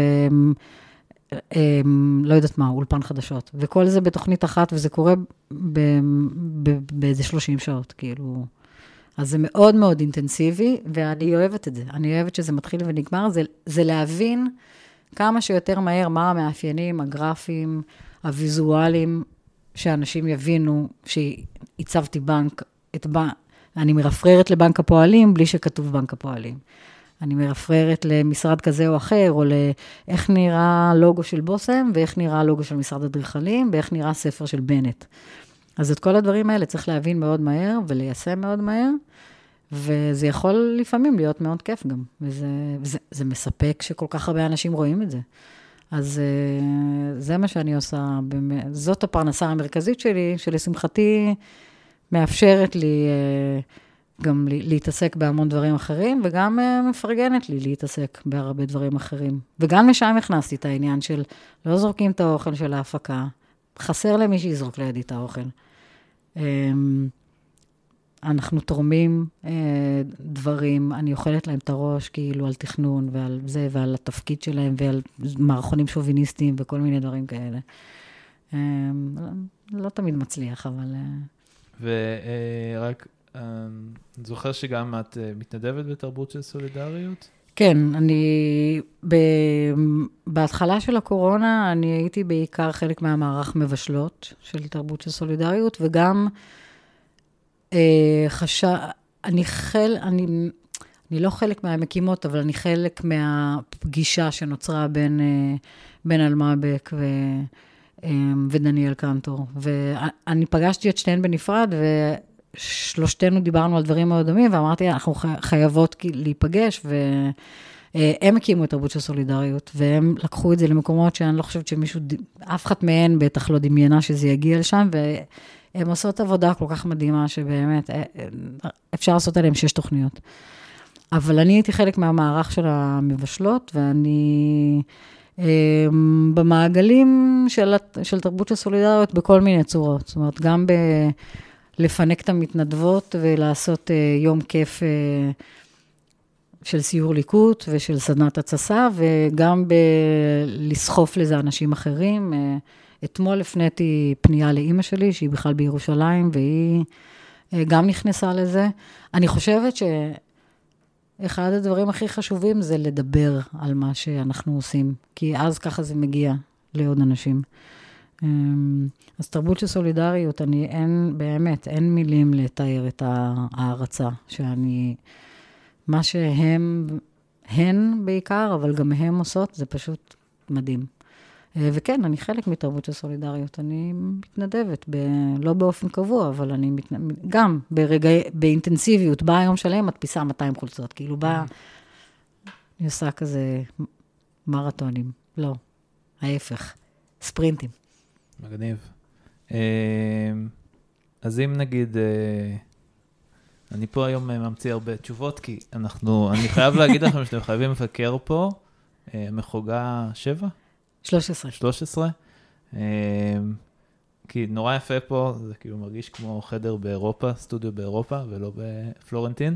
לא יודעת מה, אולפן חדשות. וכל זה בתוכנית אחת, וזה קורה באיזה שלושים שעות, כאילו. אז זה מאוד מאוד אינטנסיבי, ואני אוהבת את זה. אני אוהבת שזה מתחיל ונגמר. זה, זה להבין כמה שיותר מהר מה המאפיינים, הגרפיים, הוויזואליים, שאנשים יבינו שהצבתי בנק, את בנק, אני מרפררת לבנק הפועלים, בלי שכתוב בנק הפועלים. אני מרפררת למשרד כזה או אחר, או לאיך נראה לוגו של בוסם, ואיך נראה לוגו של משרד אדריכלים, ואיך נראה ספר של בנט. אז את כל הדברים האלה צריך להבין מאוד מהר, וליישם מאוד מהר, וזה יכול לפעמים להיות מאוד כיף גם. וזה זה, זה מספק שכל כך הרבה אנשים רואים את זה. אז זה מה שאני עושה. זאת הפרנסה המרכזית שלי, שלשמחתי מאפשרת לי... גם להתעסק בהמון דברים אחרים, וגם מפרגנת לי להתעסק בהרבה דברים אחרים. וגם לשם הכנסתי את העניין של לא זורקים את האוכל של ההפקה, חסר למי שיזרוק לידי את האוכל. אנחנו תורמים דברים, אני אוכלת להם את הראש כאילו על תכנון ועל זה, ועל התפקיד שלהם, ועל מערכונים שוביניסטיים וכל מיני דברים כאלה. לא תמיד מצליח, אבל... ורק... אני זוכר שגם את מתנדבת בתרבות של סולידריות? כן, אני, ב, בהתחלה של הקורונה, אני הייתי בעיקר חלק מהמערך מבשלות של תרבות של סולידריות, וגם אה, חשב, אני חל, אני, אני לא חלק מהמקימות, אבל אני חלק מהפגישה שנוצרה בין, אה, בין אלמבק ו... ודניאל קנטור. ואני פגשתי את שתיהן בנפרד, ו... שלושתנו דיברנו על דברים מאוד דומים, ואמרתי, אנחנו חייבות להיפגש, והם הקימו את תרבות של סולידריות, והם לקחו את זה למקומות שאני לא חושבת שמישהו, אף אחד מהן בטח לא דמיינה שזה יגיע לשם, והם עושות עבודה כל כך מדהימה, שבאמת אפשר לעשות עליהם שש תוכניות. אבל אני הייתי חלק מהמערך של המבשלות, ואני במעגלים של, של תרבות של סולידריות בכל מיני צורות, זאת אומרת, גם ב... לפנק את המתנדבות ולעשות uh, יום כיף uh, של סיור ליקוט ושל סדנת הצסה, וגם ב- לסחוף לזה אנשים אחרים. Uh, אתמול הפניתי פנייה לאמא שלי, שהיא בכלל בירושלים, והיא uh, גם נכנסה לזה. אני חושבת שאחד הדברים הכי חשובים זה לדבר על מה שאנחנו עושים, כי אז ככה זה מגיע לעוד אנשים. אז תרבות של סולידריות, אני אין, באמת, אין מילים לתאר את ההערצה, שאני, מה שהם, הן בעיקר, אבל גם הם עושות, זה פשוט מדהים. וכן, אני חלק מתרבות של סולידריות, אני מתנדבת, ב, לא באופן קבוע, אבל אני מתנדבת, גם ברגע, באינטנסיביות, באה היום שלהם, מדפיסה מאתיים חולצות, כאילו באה, אני עושה כזה מרתונים, לא, ההפך, ספרינטים. מגניב. אז אם נגיד, אני פה היום ממציא הרבה תשובות, כי אנחנו, אני חייב להגיד לכם שאתם חייבים לבקר פה, מחוגה שבע? שלוש עשרה. שלוש עשרה. כי נורא יפה פה, זה כאילו מרגיש כמו חדר באירופה, סטודיו באירופה, ולא בפלורנטין.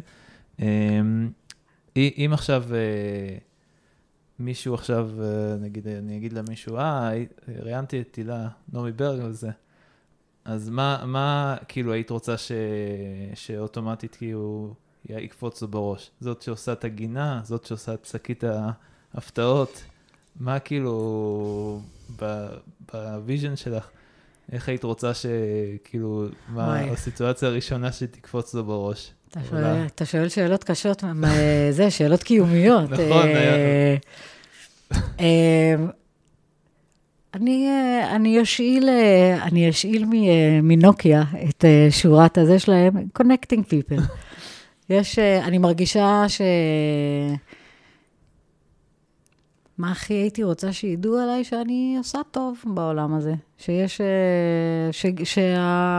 אם עכשיו... מישהו עכשיו, נגיד, אני אגיד למישהו, אה, ראיינתי את תילה, נעמי ברג וזה. אז מה, מה, כאילו, היית רוצה ש, שאוטומטית, כאילו, יקפוץ לו בראש? זאת שעושה את הגינה, זאת שעושה את שקית ההפתעות. מה, כאילו, בוויז'ן שלך, איך היית רוצה שכאילו, מה הסיטואציה הראשונה שתקפוץ לו בראש? אתה שואל שאלות קשות, זה, שאלות קיומיות. נכון, אני אשאיל, אני אשאיל מנוקיה את שורת הזה שלהם, connecting people. יש, אני מרגישה ש... מה הכי הייתי רוצה שידעו עליי שאני עושה טוב בעולם הזה? שיש... ש... שה...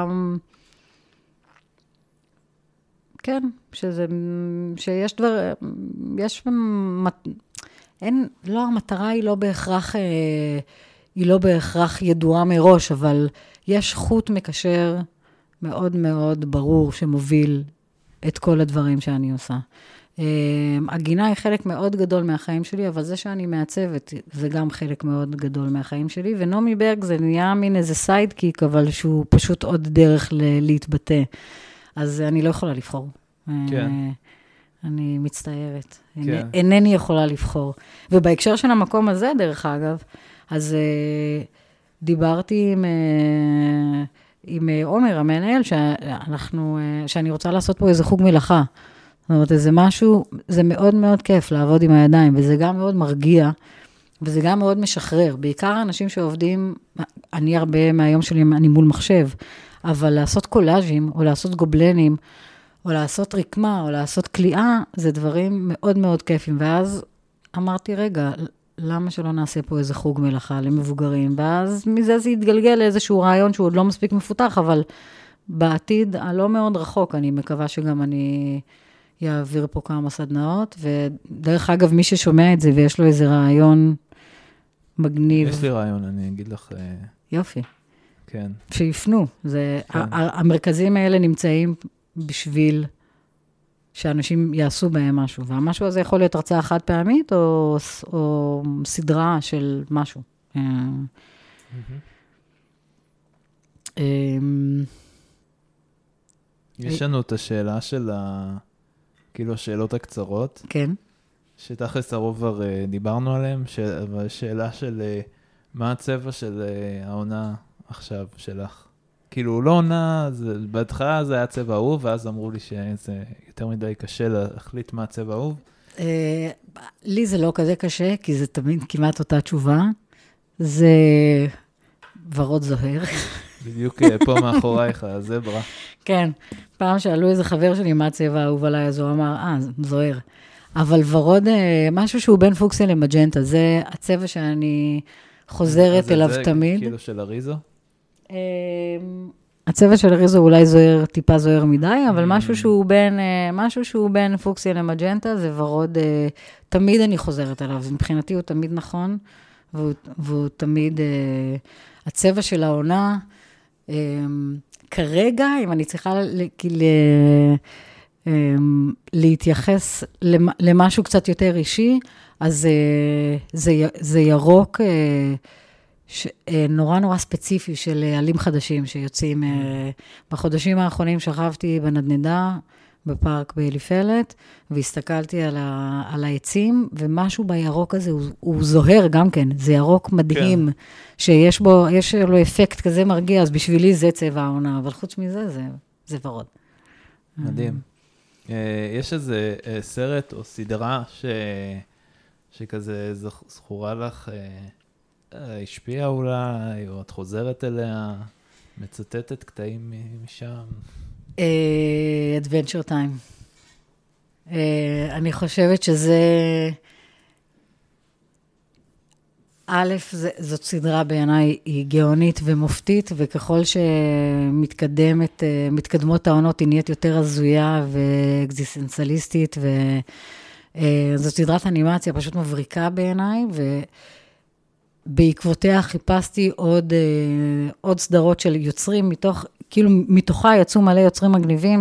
כן, שזה... שיש דבר... יש... אין... לא, המטרה היא לא בהכרח... היא לא בהכרח ידועה מראש, אבל יש חוט מקשר מאוד מאוד ברור שמוביל את כל הדברים שאני עושה. הגינה היא חלק מאוד גדול מהחיים שלי, אבל זה שאני מעצבת, זה גם חלק מאוד גדול מהחיים שלי, ונומי ברג זה נהיה מין איזה סיידקיק, אבל שהוא פשוט עוד דרך להתבטא. אז אני לא יכולה לבחור. כן. אני מצטערת. כן. אינני יכולה לבחור. ובהקשר של המקום הזה, דרך אגב, אז דיברתי עם... עם עומר, המנהל, שאנחנו, שאני רוצה לעשות פה איזה חוג מלאכה. זאת אומרת, זה משהו, זה מאוד מאוד כיף לעבוד עם הידיים, וזה גם מאוד מרגיע, וזה גם מאוד משחרר. בעיקר האנשים שעובדים, אני הרבה מהיום שלי, אני מול מחשב, אבל לעשות קולאז'ים, או לעשות גובלנים, או לעשות רקמה, או לעשות קליעה, זה דברים מאוד מאוד כיפים. ואז אמרתי, רגע, למה שלא נעשה פה איזה חוג מלאכה למבוגרים? ואז מזה זה יתגלגל לאיזשהו רעיון שהוא עוד לא מספיק מפותח, אבל בעתיד הלא מאוד רחוק, אני מקווה שגם אני יעביר פה כמה סדנאות, ודרך אגב, מי ששומע את זה ויש לו איזה רעיון מגניב. יש לי רעיון, אני אגיד לך. יופי. כן. שיפנו. זה, כן. המרכזים האלה נמצאים בשביל שאנשים יעשו בהם משהו, והמשהו הזה יכול להיות הרצאה חד פעמית, או, או סדרה של משהו. יש לנו את השאלה של ה... כאילו השאלות הקצרות. כן. שתכלס הרוב כבר דיברנו עליהם, שאלה של מה הצבע של העונה עכשיו שלך. כאילו, לא עונה, בהתחלה זה היה צבע אהוב, ואז אמרו לי שזה יותר מדי קשה להחליט מה הצבע אהוב. לי זה לא כזה קשה, כי זה תמיד כמעט אותה תשובה. זה ורוד זוהר. בדיוק פה מאחורייך, הזברה. כן, פעם שאלו איזה חבר שלי מה הצבע האהוב עליי, אז הוא אמר, אה, זוהר. אבל ורוד, משהו שהוא בין פוקסיה למג'נטה, זה הצבע שאני חוזרת אליו תמיד. זה כאילו של אריזו? הצבע של אריזו אולי זוהר, טיפה זוהר מדי, אבל משהו שהוא בין, משהו שהוא בין פוקסיה למג'נטה, זה ורוד, תמיד אני חוזרת אליו, מבחינתי הוא תמיד נכון, והוא, והוא תמיד, הצבע של העונה, כרגע, אם אני צריכה ל... להתייחס למשהו קצת יותר אישי, אז זה, זה ירוק נורא נורא ספציפי של עלים חדשים שיוצאים. בחודשים האחרונים שכבתי בנדנדה, בפארק באליפלט, והסתכלתי על, ה, על העצים, ומשהו בירוק הזה הוא, הוא זוהר גם כן, זה ירוק מדהים, כן. שיש בו, יש לו אפקט כזה מרגיע, אז בשבילי זה צבע העונה, אבל חוץ מזה זה, זה ורוד. מדהים. יש איזה סרט או סדרה ש... שכזה זכורה לך, השפיעה אולי, או את חוזרת אליה, מצטטת קטעים משם? Adventure Time. אני חושבת שזה... א', זאת סדרה בעיניי, היא גאונית ומופתית, וככל שמתקדמת, מתקדמות העונות, היא נהיית יותר הזויה ואקזיסטנציאליסטית, וזאת סדרת אנימציה פשוט מבריקה בעיניי, ובעקבותיה חיפשתי עוד, עוד סדרות של יוצרים, מתוך, כאילו מתוכה יצאו מלא יוצרים מגניבים,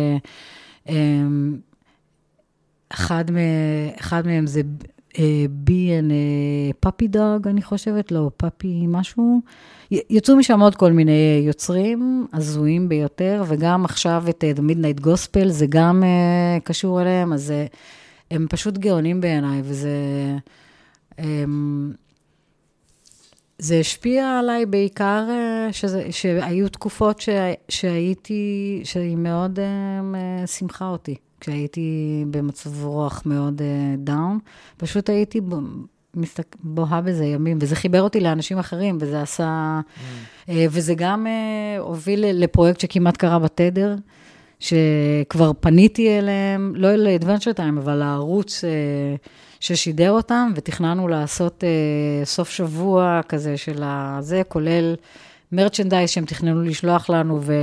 שאחד אחד מהם זה... בי אנד פאפי דוג, אני חושבת, לא, פאפי משהו. יצאו משם עוד כל מיני יוצרים, הזויים ביותר, וגם עכשיו את The Midnight Gospel, זה גם uh, קשור אליהם, אז uh, הם פשוט גאונים בעיניי, וזה... Um, זה השפיע עליי בעיקר, uh, שזה, שהיו תקופות ש, שהייתי, שהיא מאוד uh, שמחה אותי. כשהייתי במצב רוח מאוד דאון, פשוט הייתי בוהה בזה ימים, וזה חיבר אותי לאנשים אחרים, וזה עשה, וזה גם הוביל לפרויקט שכמעט קרה בתדר, שכבר פניתי אליהם, לא ל-Adventure Time, אבל לערוץ ששידר אותם, ותכננו לעשות אה, סוף שבוע כזה של הזה, כולל מרצ'נדייז שהם תכננו לשלוח לנו, ו...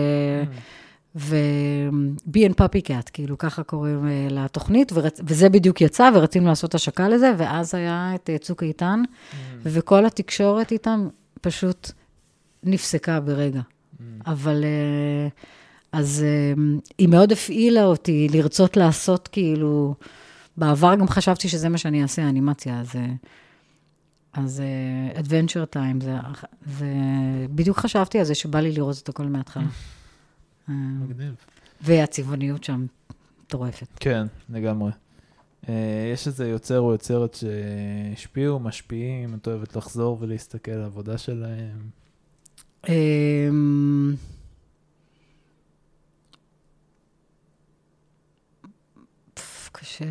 ו-Be and Puppycat, כאילו ככה קוראים uh, לתוכנית, ורצ... וזה בדיוק יצא, ורצינו לעשות השקה לזה, ואז היה את uh, צוק איתן, mm. וכל התקשורת איתם פשוט נפסקה ברגע. Mm. אבל, uh, אז uh, היא מאוד הפעילה אותי לרצות לעשות כאילו, בעבר גם חשבתי שזה מה שאני אעשה, האנימציה, אז, אז uh, Adventure Time, זה, זה, בדיוק חשבתי על זה שבא לי לראות את הכל מההתחלה. מגניב. והצבעוניות שם מטורפת. כן, לגמרי. יש איזה יוצר או יוצרת שהשפיעו, משפיעים, את אוהבת לחזור ולהסתכל על העבודה שלהם? קשה...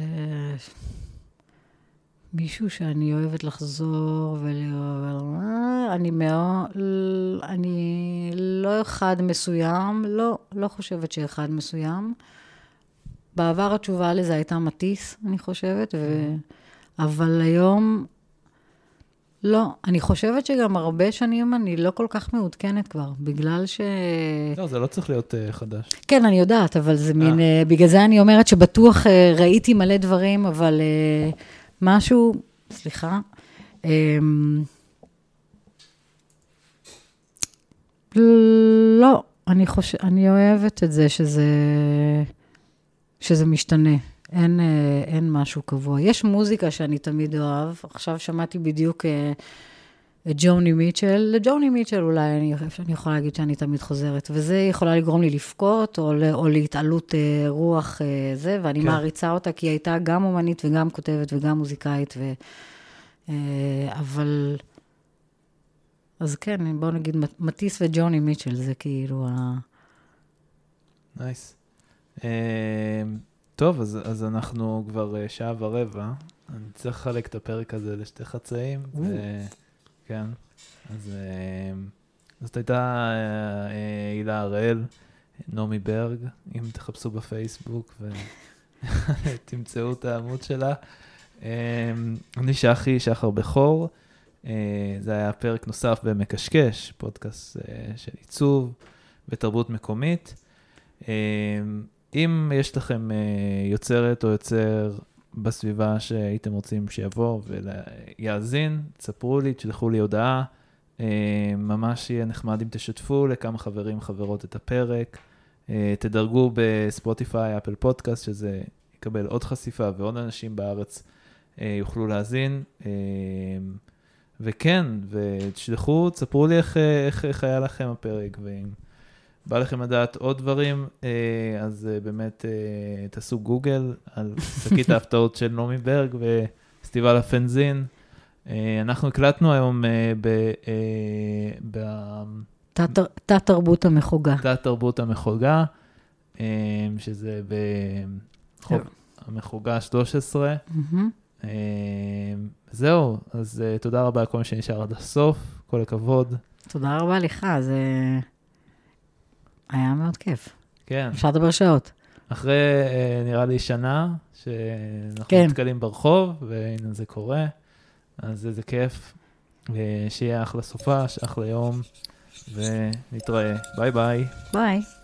מישהו שאני אוהבת לחזור ולראות, אני מאוד, אני לא אחד מסוים, לא, לא חושבת שאחד מסוים. בעבר התשובה לזה הייתה מטיס, אני חושבת, ו... אבל היום, לא. אני חושבת שגם הרבה שנים אני לא כל כך מעודכנת כבר, בגלל ש... לא, זה לא צריך להיות uh, חדש. כן, אני יודעת, אבל זה מין, uh, בגלל זה אני אומרת שבטוח uh, ראיתי מלא דברים, אבל... Uh, משהו, סליחה, לא, אני חושב, אני אוהבת את זה שזה, שזה משתנה. אין, אין משהו קבוע. יש מוזיקה שאני תמיד אוהב. עכשיו שמעתי בדיוק את ג'וני מיטשל. לג'וני מיטשל אולי אני, אני יכולה להגיד שאני תמיד חוזרת. וזה יכולה לגרום לי לפקוט, או, או להתעלות רוח זה, ואני כן. מעריצה אותה, כי היא הייתה גם אומנית וגם כותבת וגם מוזיקאית. ו, אבל... אז כן, בואו נגיד, מטיס וג'וני מיטשל, זה כאילו ה... נייס. Nice. Uh... טוב, אז, אז אנחנו כבר uh, שעה ורבע. אני צריך לחלק את הפרק הזה לשתי חצאים. ו... כן. אז uh, זאת הייתה uh, uh, הילה הראל, נעמי ברג, אם תחפשו בפייסבוק ותמצאו את העמוד שלה. Uh, אני שחי, שחר בכור. Uh, זה היה פרק נוסף במקשקש, פודקאסט uh, של עיצוב ותרבות מקומית. Uh, אם יש לכם uh, יוצרת או יוצר בסביבה שהייתם רוצים שיבוא ויאזין, תספרו לי, תשלחו לי הודעה, uh, ממש יהיה נחמד אם תשתפו לכמה חברים חברות את הפרק, uh, תדרגו בספוטיפיי, אפל פודקאסט, שזה יקבל עוד חשיפה ועוד אנשים בארץ uh, יוכלו להאזין, uh, וכן, ותשלחו, תספרו לי איך, איך, איך היה לכם הפרק, ואם בא לכם לדעת עוד דברים, אז באמת תעשו גוגל על שקית ההפתעות של נעמי ברג ופסטיבל הפנזין. אנחנו הקלטנו היום ב... תת תרבות המחוגה. תת תרבות המחוגה, שזה בחוב המחוגה שלוש עשרה. זהו, אז תודה רבה על כל מי שנשאר עד הסוף, כל הכבוד. תודה רבה לך, זה... היה מאוד כיף. כן. אפשר לדבר שעות. אחרי, נראה לי, שנה, שאנחנו כן. מתקלים ברחוב, והנה זה קורה, אז זה כיף. שיהיה אחלה סופה, אחלה יום, ונתראה. ביי ביי. ביי.